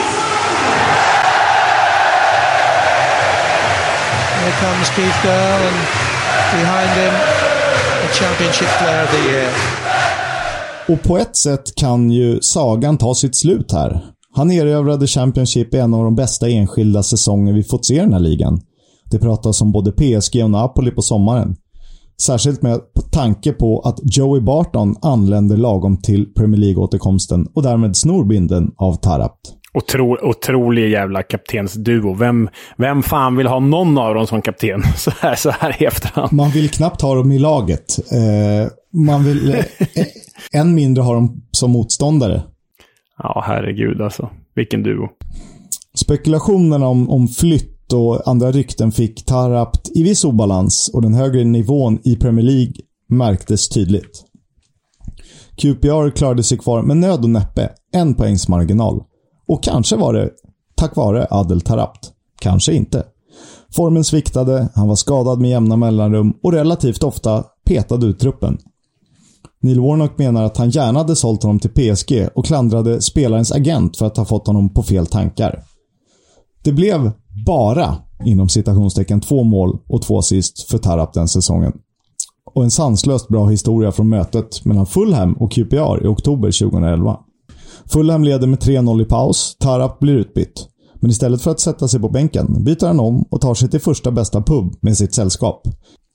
Here comes Keith Curle, and behind him, the Championship Player of the Year. Och på ett sätt kan ju sagan ta sitt slut här. Han erövrade Championship i en av de bästa enskilda säsonger vi fått se i den här ligan. Det pratas om både P S G och Napoli på sommaren. Särskilt med tanke på att Joey Barton anländer lagom till Premier League-återkomsten och därmed snorbinden av Taarabt. Otro, otrolig jävla kaptensduo. Vem, vem fan vill ha någon av dem som kapten så här, så här i efterhand? Man vill knappt ha dem i laget. Eh, man vill eh, än mindre ha dem som motståndare. Ja, herregud alltså. Vilken duo. Spekulationerna om, om flytt och andra rykten fick Taarabt i viss obalans och den högre nivån i Premier League märktes tydligt. Q P R klarade sig kvar med nöd och näppe, en poängs marginal. Och kanske var det tack vare Adel Taarabt. Kanske inte. Formen sviktade, han var skadad med jämna mellanrum och relativt ofta petade ut truppen. Neil Warnock menar att han gärna hade sålt honom till P S G och klandrade spelarens agent för att ha fått honom på fel tankar. Det blev bara, inom citationstecken, två mål och två assist för Taarabt den säsongen. Och en sanslöst bra historia från mötet mellan Fulham och Q P R i oktober tjugohundraelva. Fulham leder med tre noll i paus, Taarabt blir utbytt. Men istället för att sätta sig på bänken byter han om och tar sig till första bästa pub med sitt sällskap.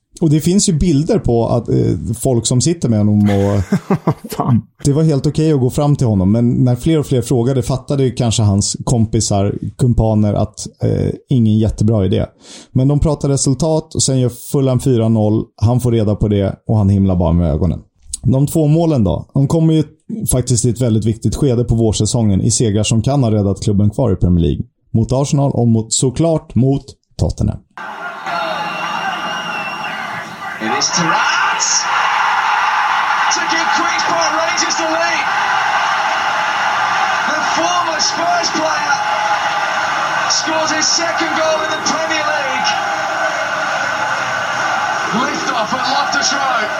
Och det finns ju bilder på att eh, folk som sitter med honom och det var helt okej att gå fram till honom. Men när fler och fler frågade fattade ju kanske hans kompisar, kumpaner att eh, ingen jättebra idé. Men de pratar resultat och sen gör Fulham fyra noll. Han får reda på det och han himlar bara med ögonen. De två målen då. De kommer ju faktiskt i ett väldigt viktigt skede på vårsäsongen i segrar som kan ha räddat klubben kvar i Premier League. Mot Arsenal och mot, såklart mot Tottenham. It is Tarat to give Queen's Park Rangers the lead. The former Spurs player scores his second goal in the Premier League. Lift off at Loftus Road.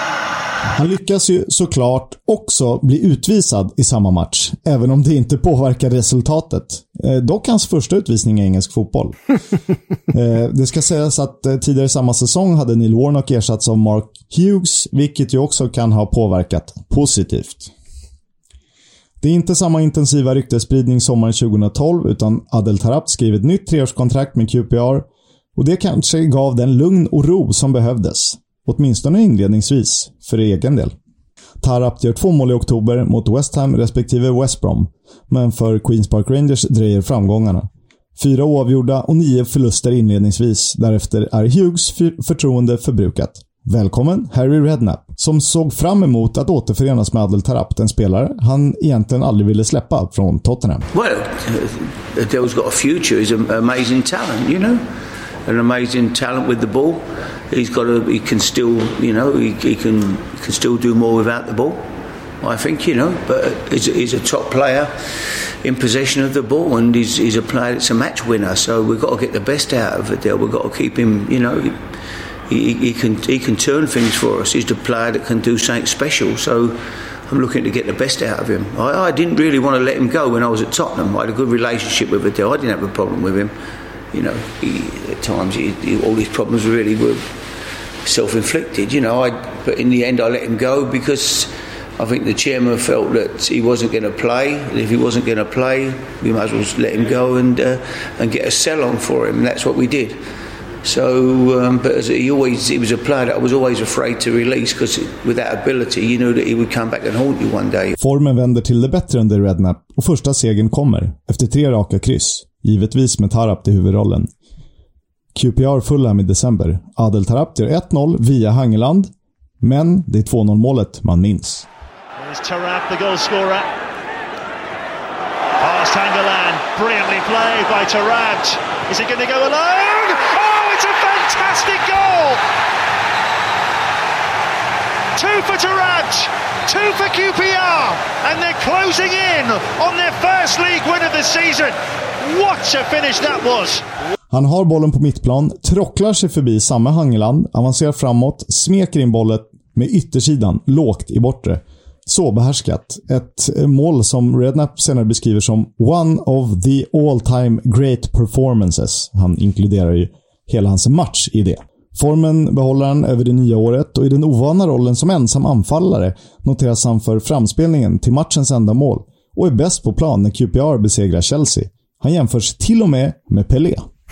Han lyckas ju såklart också bli utvisad i samma match, även om det inte påverkar resultatet. Eh, dock hans första utvisning i engelsk fotboll. eh, det ska sägas att eh, tidigare samma säsong hade Neil Warnock ersatts av Mark Hughes, vilket ju också kan ha påverkat positivt. Det är inte samma intensiva ryktespridning sommaren tjugohundratolv, utan Adel Taarabt skrev ett nytt treårskontrakt med Q P R och det kanske gav den lugn och ro som behövdes. Åtminstone inledningsvis, för egen del. Taarabt gör två mål i oktober mot West Ham respektive West Brom. Men för Queen's Park Rangers dröjer framgångarna. Fyra oavgjorda och nio förluster inledningsvis. Därefter är Hughes förtroende förbrukat. Välkommen Harry Redknapp, som såg fram emot att återförenas med Adel Taarabt, en spelare han egentligen aldrig ville släppa från Tottenham. Well, Adele's got a future. He's an amazing talent, you know. An amazing talent with the ball. He's got a, he can still, you know, he, he can he can still do more without the ball. I think, you know, but he's, he's a top player in possession of the ball, and he's he's a player that's a match winner. So we've got to get the best out of Adele. We've got to keep him, you know, he, he can he can turn things for us. He's the player that can do something special. So I'm looking to get the best out of him. I, I didn't really want to let him go when I was at Tottenham. I had a good relationship with Adele. I didn't have a problem with him. You know, he, at times he, he, all his problems really were self-inflicted, you know. I, but in the end I let him go because I think the chairman felt that he wasn't going to play. And if he wasn't going to play, we might as well let him go and uh, and get a sell-on for him. And that's what we did. So, um, but as he always, he was a player that I was always afraid to release because with that ability, you know that he would come back and haunt you one day. Formen vänder till det bättre under Redknapp och första segern kommer efter tre raka kryss. Givetvis med Taarabt i huvudrollen. Q P R Fulham i december. Adel Taarabt gör ett noll via Hangeland. Men det är två noll målet man minns. Here's Taarabt, the goal scorer. Past Hangeland. Brilliantly played by Taarabt. Is he going to go alone? Oh, it's a fantastic goal! Two for Taarabt. Two for Q P R. And they're closing in on their first league win of the season. What a finish that was! Han har bollen på mittplan, trocklar sig förbi samma Hangeland, avancerar framåt, smeker in bollen med yttersidan, lågt i bortre. Så behärskat. Ett mål som Redknapp senare beskriver som one of the all-time great performances. Han inkluderar ju hela hans match i det. Formen behåller han över det nya året och i den ovana rollen som ensam anfallare noteras han för framspelningen till matchens enda mål och är bäst på plan när Q P R besegrar Chelsea. Han jämförs till och med med Pelé.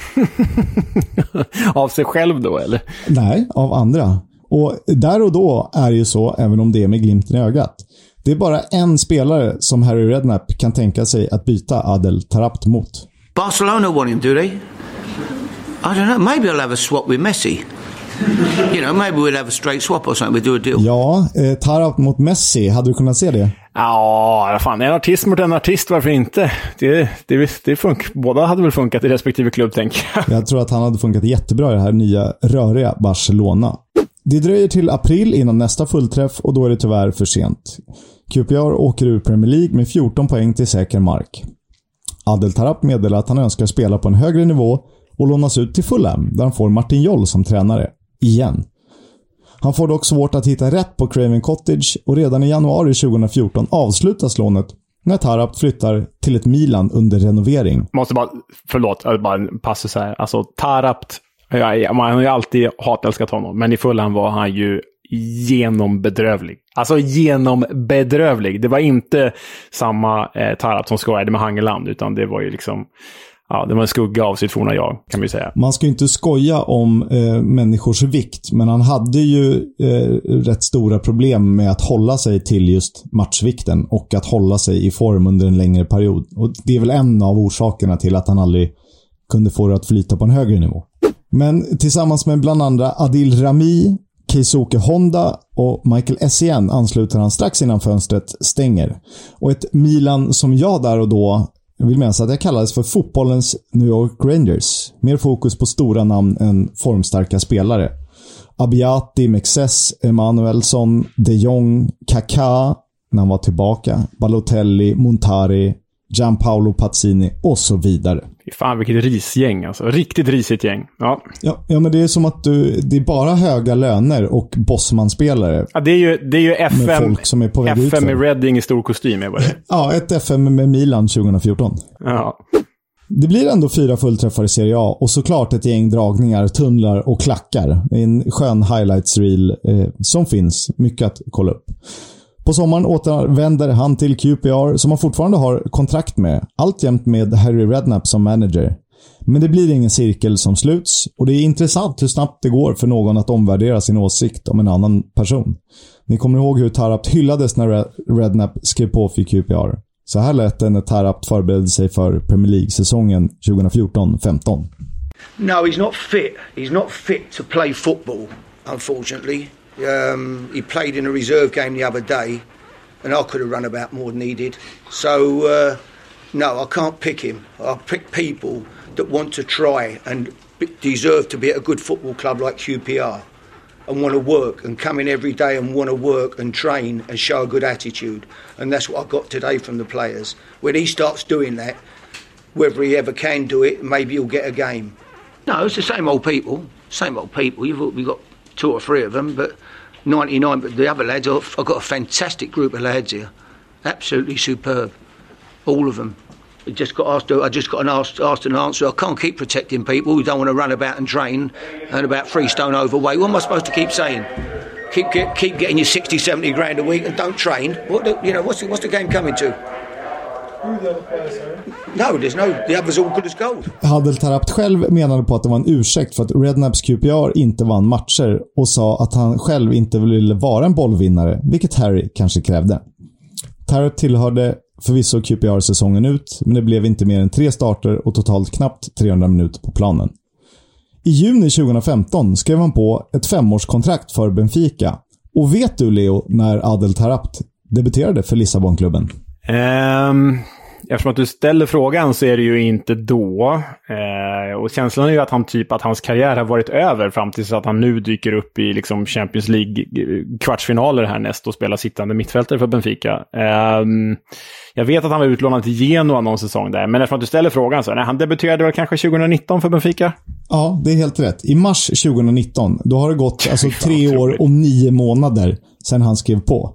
Av sig själv då, eller? Nej, av andra. Och där och då är det ju så, även om det är med glimten i ögat. Det är bara en spelare som Harry Redknapp kan tänka sig att byta Adel Taarabt mot. Barcelona want him, do they? I don't know. Maybe I'll have a swap with Messi. You know, maybe we'll have a straight swap or something. We'll do a deal. Ja, eh, Taarabt mot Messi. Hade du kunnat se det? Ja, fan. En artist mot en artist, varför inte? Det, det, det funk- Båda hade väl funkat i respektive klubb, tänker jag. Jag tror att han hade funkat jättebra i det här nya röriga Barcelona. Det dröjer till april innan nästa fullträff och då är det tyvärr för sent. Q P R åker ur Premier League med fjorton poäng till säker mark. Adel Taarabt meddelar att han önskar spela på en högre nivå och lånas ut till Fulham där han får Martin Jol som tränare. Igen. Han får dock svårt att hitta rätt på Craven Cottage och redan i januari tjugohundrafjorton avslutas lånet när Taarabt flyttar till ett Milan under renovering. Måste bara, förlåt, bara en passus här. Alltså Taarabt, ja, man har ju alltid hatälskat honom, men i Fulham var han ju genombedrövlig. Alltså genombedrövlig. Det var inte samma eh, Taarabt som skojade med Hangeland, utan det var ju liksom, ja, det var en skugga av sitt forna jag, kan vi säga. Man ska ju inte skoja om eh, människors vikt, men han hade ju eh, rätt stora problem med att hålla sig till just matchvikten och att hålla sig i form under en längre period. Och det är väl en av orsakerna till att han aldrig kunde få det att flyta på en högre nivå. Men tillsammans med bland andra Adil Rami, Keisuke Honda och Michael Essien ansluter han strax innan fönstret stänger. Och ett Milan som jag där och då, jag vill minnas att jag kallades för fotbollens New York Rangers. Mer fokus på stora namn än formstarka spelare. Abbiati, Mexes, Emanuelsson, De Jong, Kaká när han var tillbaka, Balotelli, Montari, Gianpaolo Pazzini och så vidare. Fan, vilket risgäng alltså. Riktigt risigt gäng. Ja. Ja, ja, men det är som att du, det är bara höga löner och bossmanspelare. Ja, det är ju, det är ju F M, folk som är på väg F M ut i Reading i stor kostym är vad det är. Ja, ett F M med Milan tjugo fjorton. Ja. Det blir ändå fyra fullträffar i Serie A och såklart ett gäng dragningar, tunnlar och klackar. En skön highlights reel eh, som finns. Mycket att kolla upp. På sommaren återvänder han till Q P R som han fortfarande har kontrakt med, alltjämt med Harry Redknapp som manager. Men det blir ingen cirkel som sluts och det är intressant hur snabbt det går för någon att omvärdera sin åsikt om en annan person. Ni kommer ihåg hur Tarapt hyllades när Redknapp skrev på för Q P R. Så här lät det när Tarapt förberedde sig för Premier League-säsongen tjugo fjorton femton. No, he's not fit. He's not fit to play football, unfortunately. Um, he played in a reserve game the other day and I could have run about more than he did. So, uh, no, I can't pick him. I'll pick people that want to try and deserve to be at a good football club like Q P R and want to work and come in every day and want to work and train and show a good attitude. And that's what I got today from the players. When he starts doing that, whether he ever can do it, maybe he'll get a game. No, it's the same old people. Same old people. You've, we've got two or three of them, but ninety-nine, but the other lads, I've got a fantastic group of lads here. Absolutely superb. All of them. I just got asked, I just got an asked, asked an answer. I can't keep protecting people who don't want to run about and train and about three stone overweight. What am I supposed to keep saying? Keep get, keep getting your sixty, seventy grand a week and don't train. What the, you know, what's the, what's the game coming to? No, there's no, the others all good as gold. Adel Tarapt själv menade på att det var en ursäkt för att Redknapps Q P R inte vann matcher och sa att han själv inte ville vara en bollvinnare, vilket Harry kanske krävde. Tarapt tillhörde förvisso Q P R säsongen ut, men det blev inte mer än tre starter och totalt knappt trehundra minuter på planen. I juni tjugo femton skrev han på ett femårskontrakt för Benfica. Och vet du, Leo, när Adel Tarapt debuterade för Lissabonklubben? Um, eftersom att du ställer frågan så är det ju inte då. Uh, och känslan är ju att han typ att hans karriär har varit över fram tills att han nu dyker upp i liksom Champions League kvartsfinaler härnäst och spelar sittande mittfältare för Benfica. Um, jag vet att han var utlånad till Genoa någon säsong där, men eftersom att du ställer frågan så, nej, han debuterade väl kanske tjugo nitton för Benfica? Ja, det är helt rätt. I mars tjugo nitton, då har det gått alltså tre år och nio månader sedan han skrev på.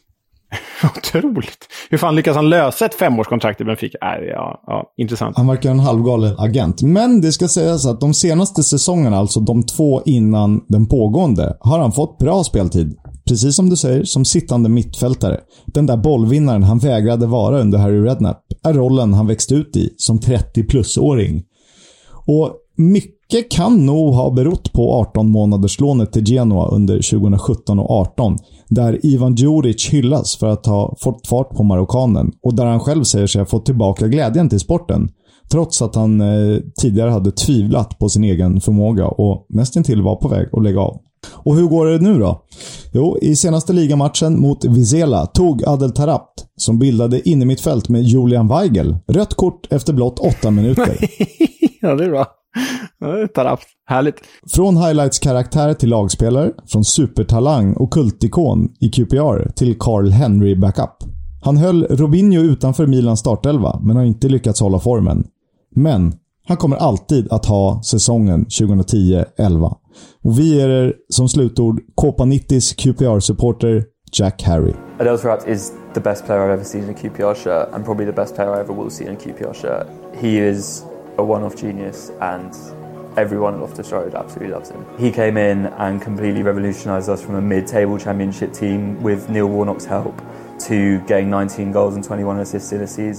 Otroligt. Hur fan lyckas han lösa ett femårskontrakt i Benfica? Äh, ja, ja, intressant. Han verkar en halvgalen agent. Men det ska sägas att de senaste säsongerna, alltså de två innan den pågående, har han fått bra speltid. Precis som du säger, som sittande mittfältare. Den där bollvinnaren han vägrade vara under Harry Redknapp är rollen han växte ut i som trettio-plus-åring. Och mycket kan nog ha berott på arton månaders lånet till Genoa under tjugo sjutton och arton, där Ivan Djuric hyllas för att ha fått fart på marockanen och där han själv säger sig ha fått tillbaka glädjen till sporten, trots att han eh, tidigare hade tvivlat på sin egen förmåga och nästintill var på väg att lägga av. Och hur går det nu då? Jo, i senaste ligamatchen mot Vizela tog Adel Tarapt, som bildade innermittfält med Julian Weigel, rött kort efter blott åtta minuter. Ja, det är bra. Tarapt. Härligt. Från highlights-karaktär till lagspelare, från supertalang och kultikon i Q P R till Carl Henry backup. Han höll Robinho utanför Milans startelva, men har inte lyckats hålla formen. Men han kommer alltid att ha säsongen tjugo tio elva. Och vi är er, som slutord, Copa nittios Q P R-supporter Jack Harry. Adel Tarapt is the best player I've ever seen in a Q P R shirt and probably the best player I ever will see in a Q P R shirt. He is a one-off genius and everyone at Loftus Road absolutely loves him. He came in and completely revolutionised us from a mid-table championship team with Neil Warnock's help to getting nineteen goals and twenty-one assists in a season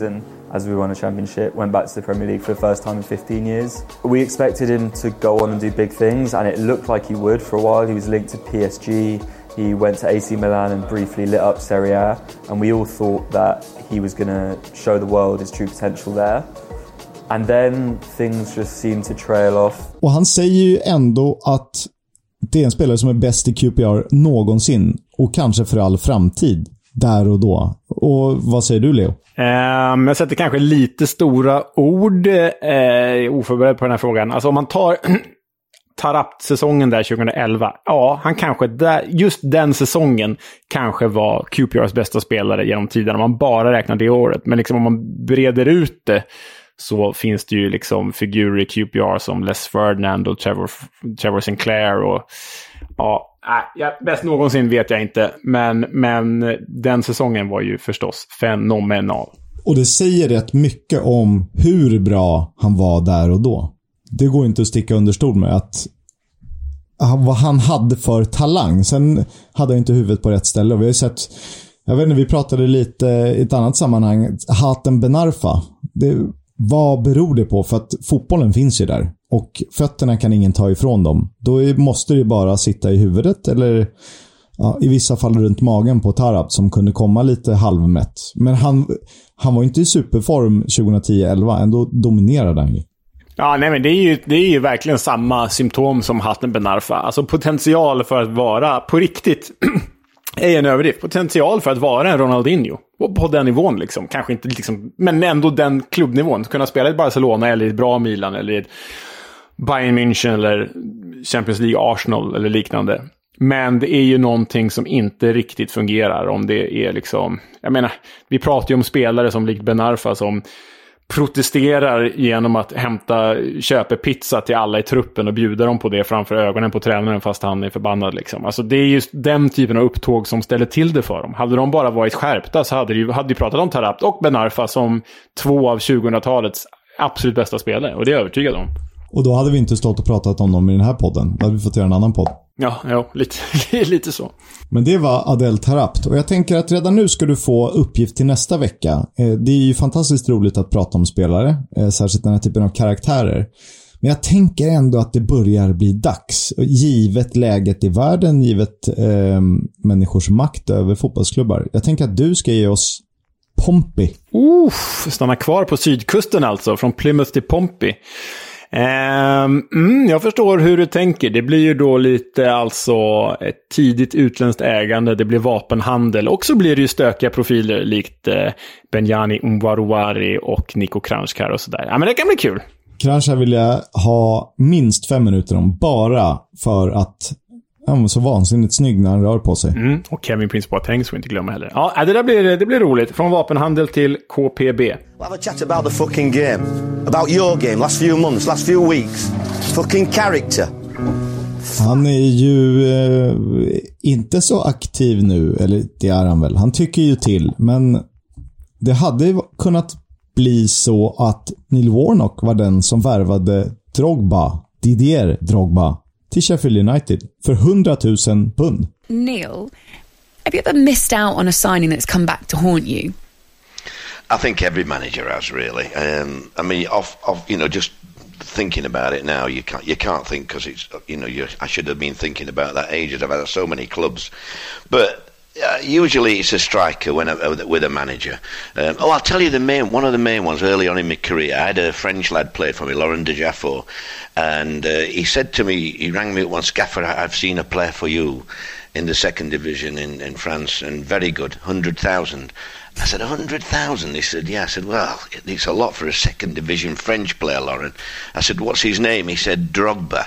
as we won a championship, went back to the Premier League for the first time in fifteen years. We expected him to go on and do big things, and it looked like he would for a while. He was linked to P S G. He went to A C Milan and briefly lit up Serie A, and we all thought that he was going to show the world his true potential there. And then things just seemed to trail off. Och han säger ju ändå att det är en spelare som är bäst i Q P R någonsin och kanske för all framtid där och då. Och vad säger du, Leo? Um, jag sätter kanske lite stora ord uh, oförberedd på den här frågan. Alltså om man tar Taarabt-säsongen där tjugoelva, ja, han kanske där, just den säsongen kanske var Q P R:s bästa spelare genom tiden om man bara räknar det året. Men liksom om man breder ut det så finns det ju liksom figurer i Q P R som Les Ferdinand och Trevor, Trevor Sinclair och ja, ja, bäst någonsin vet jag inte, men, men den säsongen var ju förstås fenomenal. Och det säger rätt mycket om hur bra han var där och då. Det går inte att sticka under stol med att vad han hade för talang. Sen hade jag inte huvudet på rätt ställe. Och vi har ju sett, jag vet inte, vi pratade lite i ett annat sammanhang, Hatem Ben Arfa. Det, vad beror det på? För att fotbollen finns ju där. Och fötterna kan ingen ta ifrån dem. Då måste det bara sitta i huvudet eller ja, i vissa fall runt magen på Taarabt som kunde komma lite halvmätt. Men han, han var inte i superform tjugohundratio elva. Ändå dominerade han ju. Ja, nej, men det är ju, det är ju verkligen samma symptom som Hatem Ben Arfa. Alltså potential för att vara på riktigt är en överdrift. Potential för att vara en Ronaldinho. På den nivån liksom. Kanske inte liksom, men ändå den klubbnivån. Kunna spela i Barcelona eller i ett bra Milan eller i ett Bayern München eller Champions League Arsenal eller liknande. Men det är ju någonting som inte riktigt fungerar om det är liksom, jag menar, vi pratar ju om spelare som likt Ben Arfa som protesterar genom att hämta köpepizza till alla i truppen och bjuda dem på det framför ögonen på tränaren fast han är förbannad liksom. Alltså det är just den typen av upptåg som ställer till det för dem. Hade de bara varit skärpta så hade de, hade de pratat om Taarabt och Ben Arfa som två av tjugohundratalets absolut bästa spelare, och det är jag övertygad om. Och då hade vi inte stått och pratat om dem i den här podden. Då hade vi fått göra en annan podd. Ja, ja lite, lite så. Men det var Adel Taarabt. Och jag tänker att redan nu ska du få uppgift till nästa vecka. Det är ju fantastiskt roligt att prata om spelare. Särskilt den här typen av karaktärer. Men jag tänker ändå att det börjar bli dags. Givet läget i världen, givet eh, människors makt över fotbollsklubbar. Jag tänker att du ska ge oss Pompey. Uff, stanna kvar på sydkusten alltså. Från Plymouth till Pompey. Um, mm, jag förstår hur du tänker. Det blir ju då lite alltså ett tidigt utländskt ägande. Det blir vapenhandel. Och så blir det ju stökiga profiler likt eh, Benjani Umwaruwari och Nico Kranjčar och sådär. Ja, men det kan bli kul. Kranjčar vill jag ha minst fem minuter om. Bara för att han var så vansinnigt snygg när han rör på sig. Mm, och Kevin Prince Boateng ska vi inte glömma heller. Ja, det där blir, det blir roligt. Från vapenhandel till K P B. We'll have a chat about the fucking game. About your game, last few months, last few weeks. Fucking character. Han är ju eh, inte så aktiv nu, eller det är han väl. Han tycker ju till, men det hade kunnat bli så att Neil Warnock var den som värvade Drogba, Didier Drogba, till Sheffield United för hundratusen pund. Neil, have you ever missed out on a signing that's come back to haunt you? I think every manager has, really. Um, I mean, off, off, you know, just thinking about it now, you can't you can't think because it's you know you I should have been thinking about that ages. I've had so many clubs, but uh, usually it's a striker when I, with a manager. Um, oh, I'll tell you the main one of the main ones early on in my career. I had a French lad played for me, Laurent de Jaffour, and uh, he said to me, he rang me up once, Gaffer, I've seen a player for you in the second division in, in France, and very good, one hundred thousand. I said, one hundred thousand? He said, yeah. I said, well, it's a lot for a second division French player, Laurent. I said, what's his name? He said, Drogba.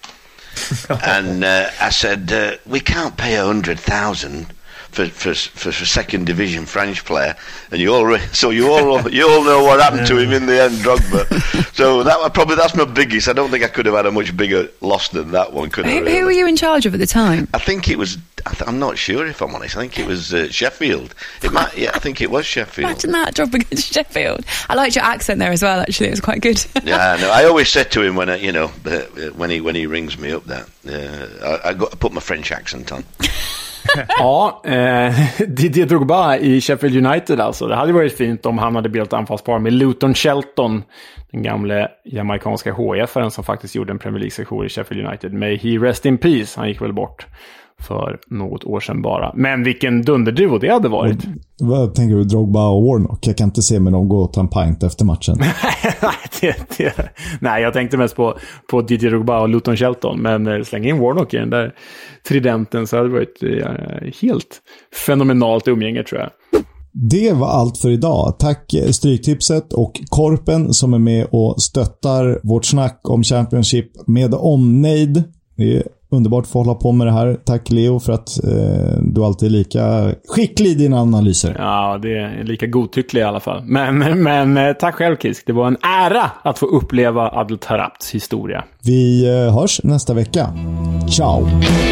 And uh, I said, uh, we can't pay one hundred thousand for, for for for second division French player, and you all so you all you all know what happened to him in the end, Drogba. So that probably that's my biggest. I don't think I could have had a much bigger loss than that one. Could I? Who, Really? who were you in charge of at the time? I think it was. I th- I'm not sure if I'm honest. I think it was uh, Sheffield. It might. Yeah, I think it was Sheffield. Imagine that, Drogba against Sheffield. I liked your accent there as well. Actually, it was quite good. Yeah, no. I always said to him when I, you know, uh, when he when he rings me up that uh, I, I got to put my French accent on. Ja, eh, Didier Drogba i Sheffield United alltså. Det hade varit fint om han hade bildat anfallspar med Luton Shelton, den gamla jamaikanska H F-aren som faktiskt gjorde en Premier League-sektion i Sheffield United. May he rest in peace. Han gick väl bort för något år sedan bara. Men vilken dunderduo det hade varit. Och, vad tänker du, Drogba och Warnock? Jag kan inte se med dem gå och ta en pint efter matchen. nej, det, det, nej, jag tänkte mest på, på Didier Drogba och Luton Shelton. Men släng in Warnock i den där tridenten så hade det varit ja, helt fenomenalt umgänge, tror jag. Det var allt för idag. Tack Stryktipset och Korpen som är med och stöttar vårt snack om Championship med omnejd. Det är underbart att få hålla på med det här. Tack Leo för att eh, du alltid är lika skicklig i dina analyser. Ja, det är lika godtycklig i alla fall. Men, men tack själv Kisk. Det var en ära att få uppleva Adel Tarapts historia. Vi eh, hörs nästa vecka. Ciao!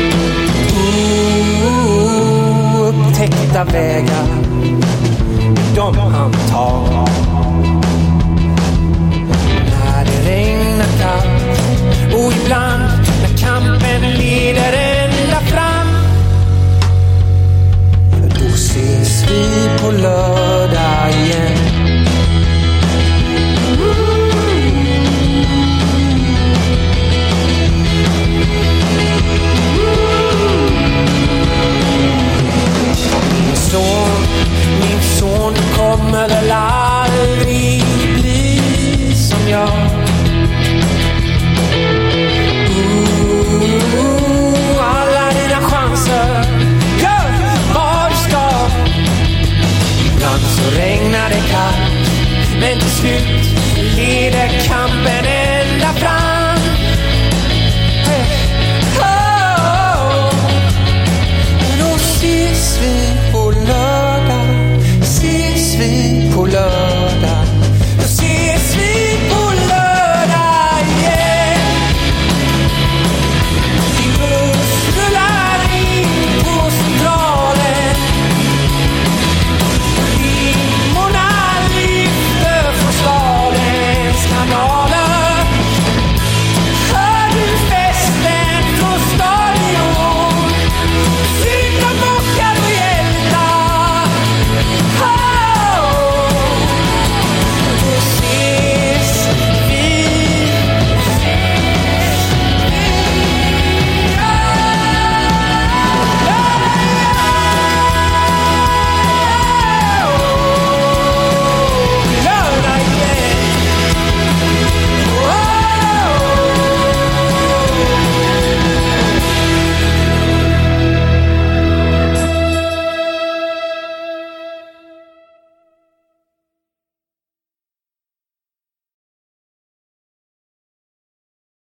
Upptäckta vägar, de han tar. När det regnar kallt och ibland när kampen leder ända fram, då ses vi på lördag.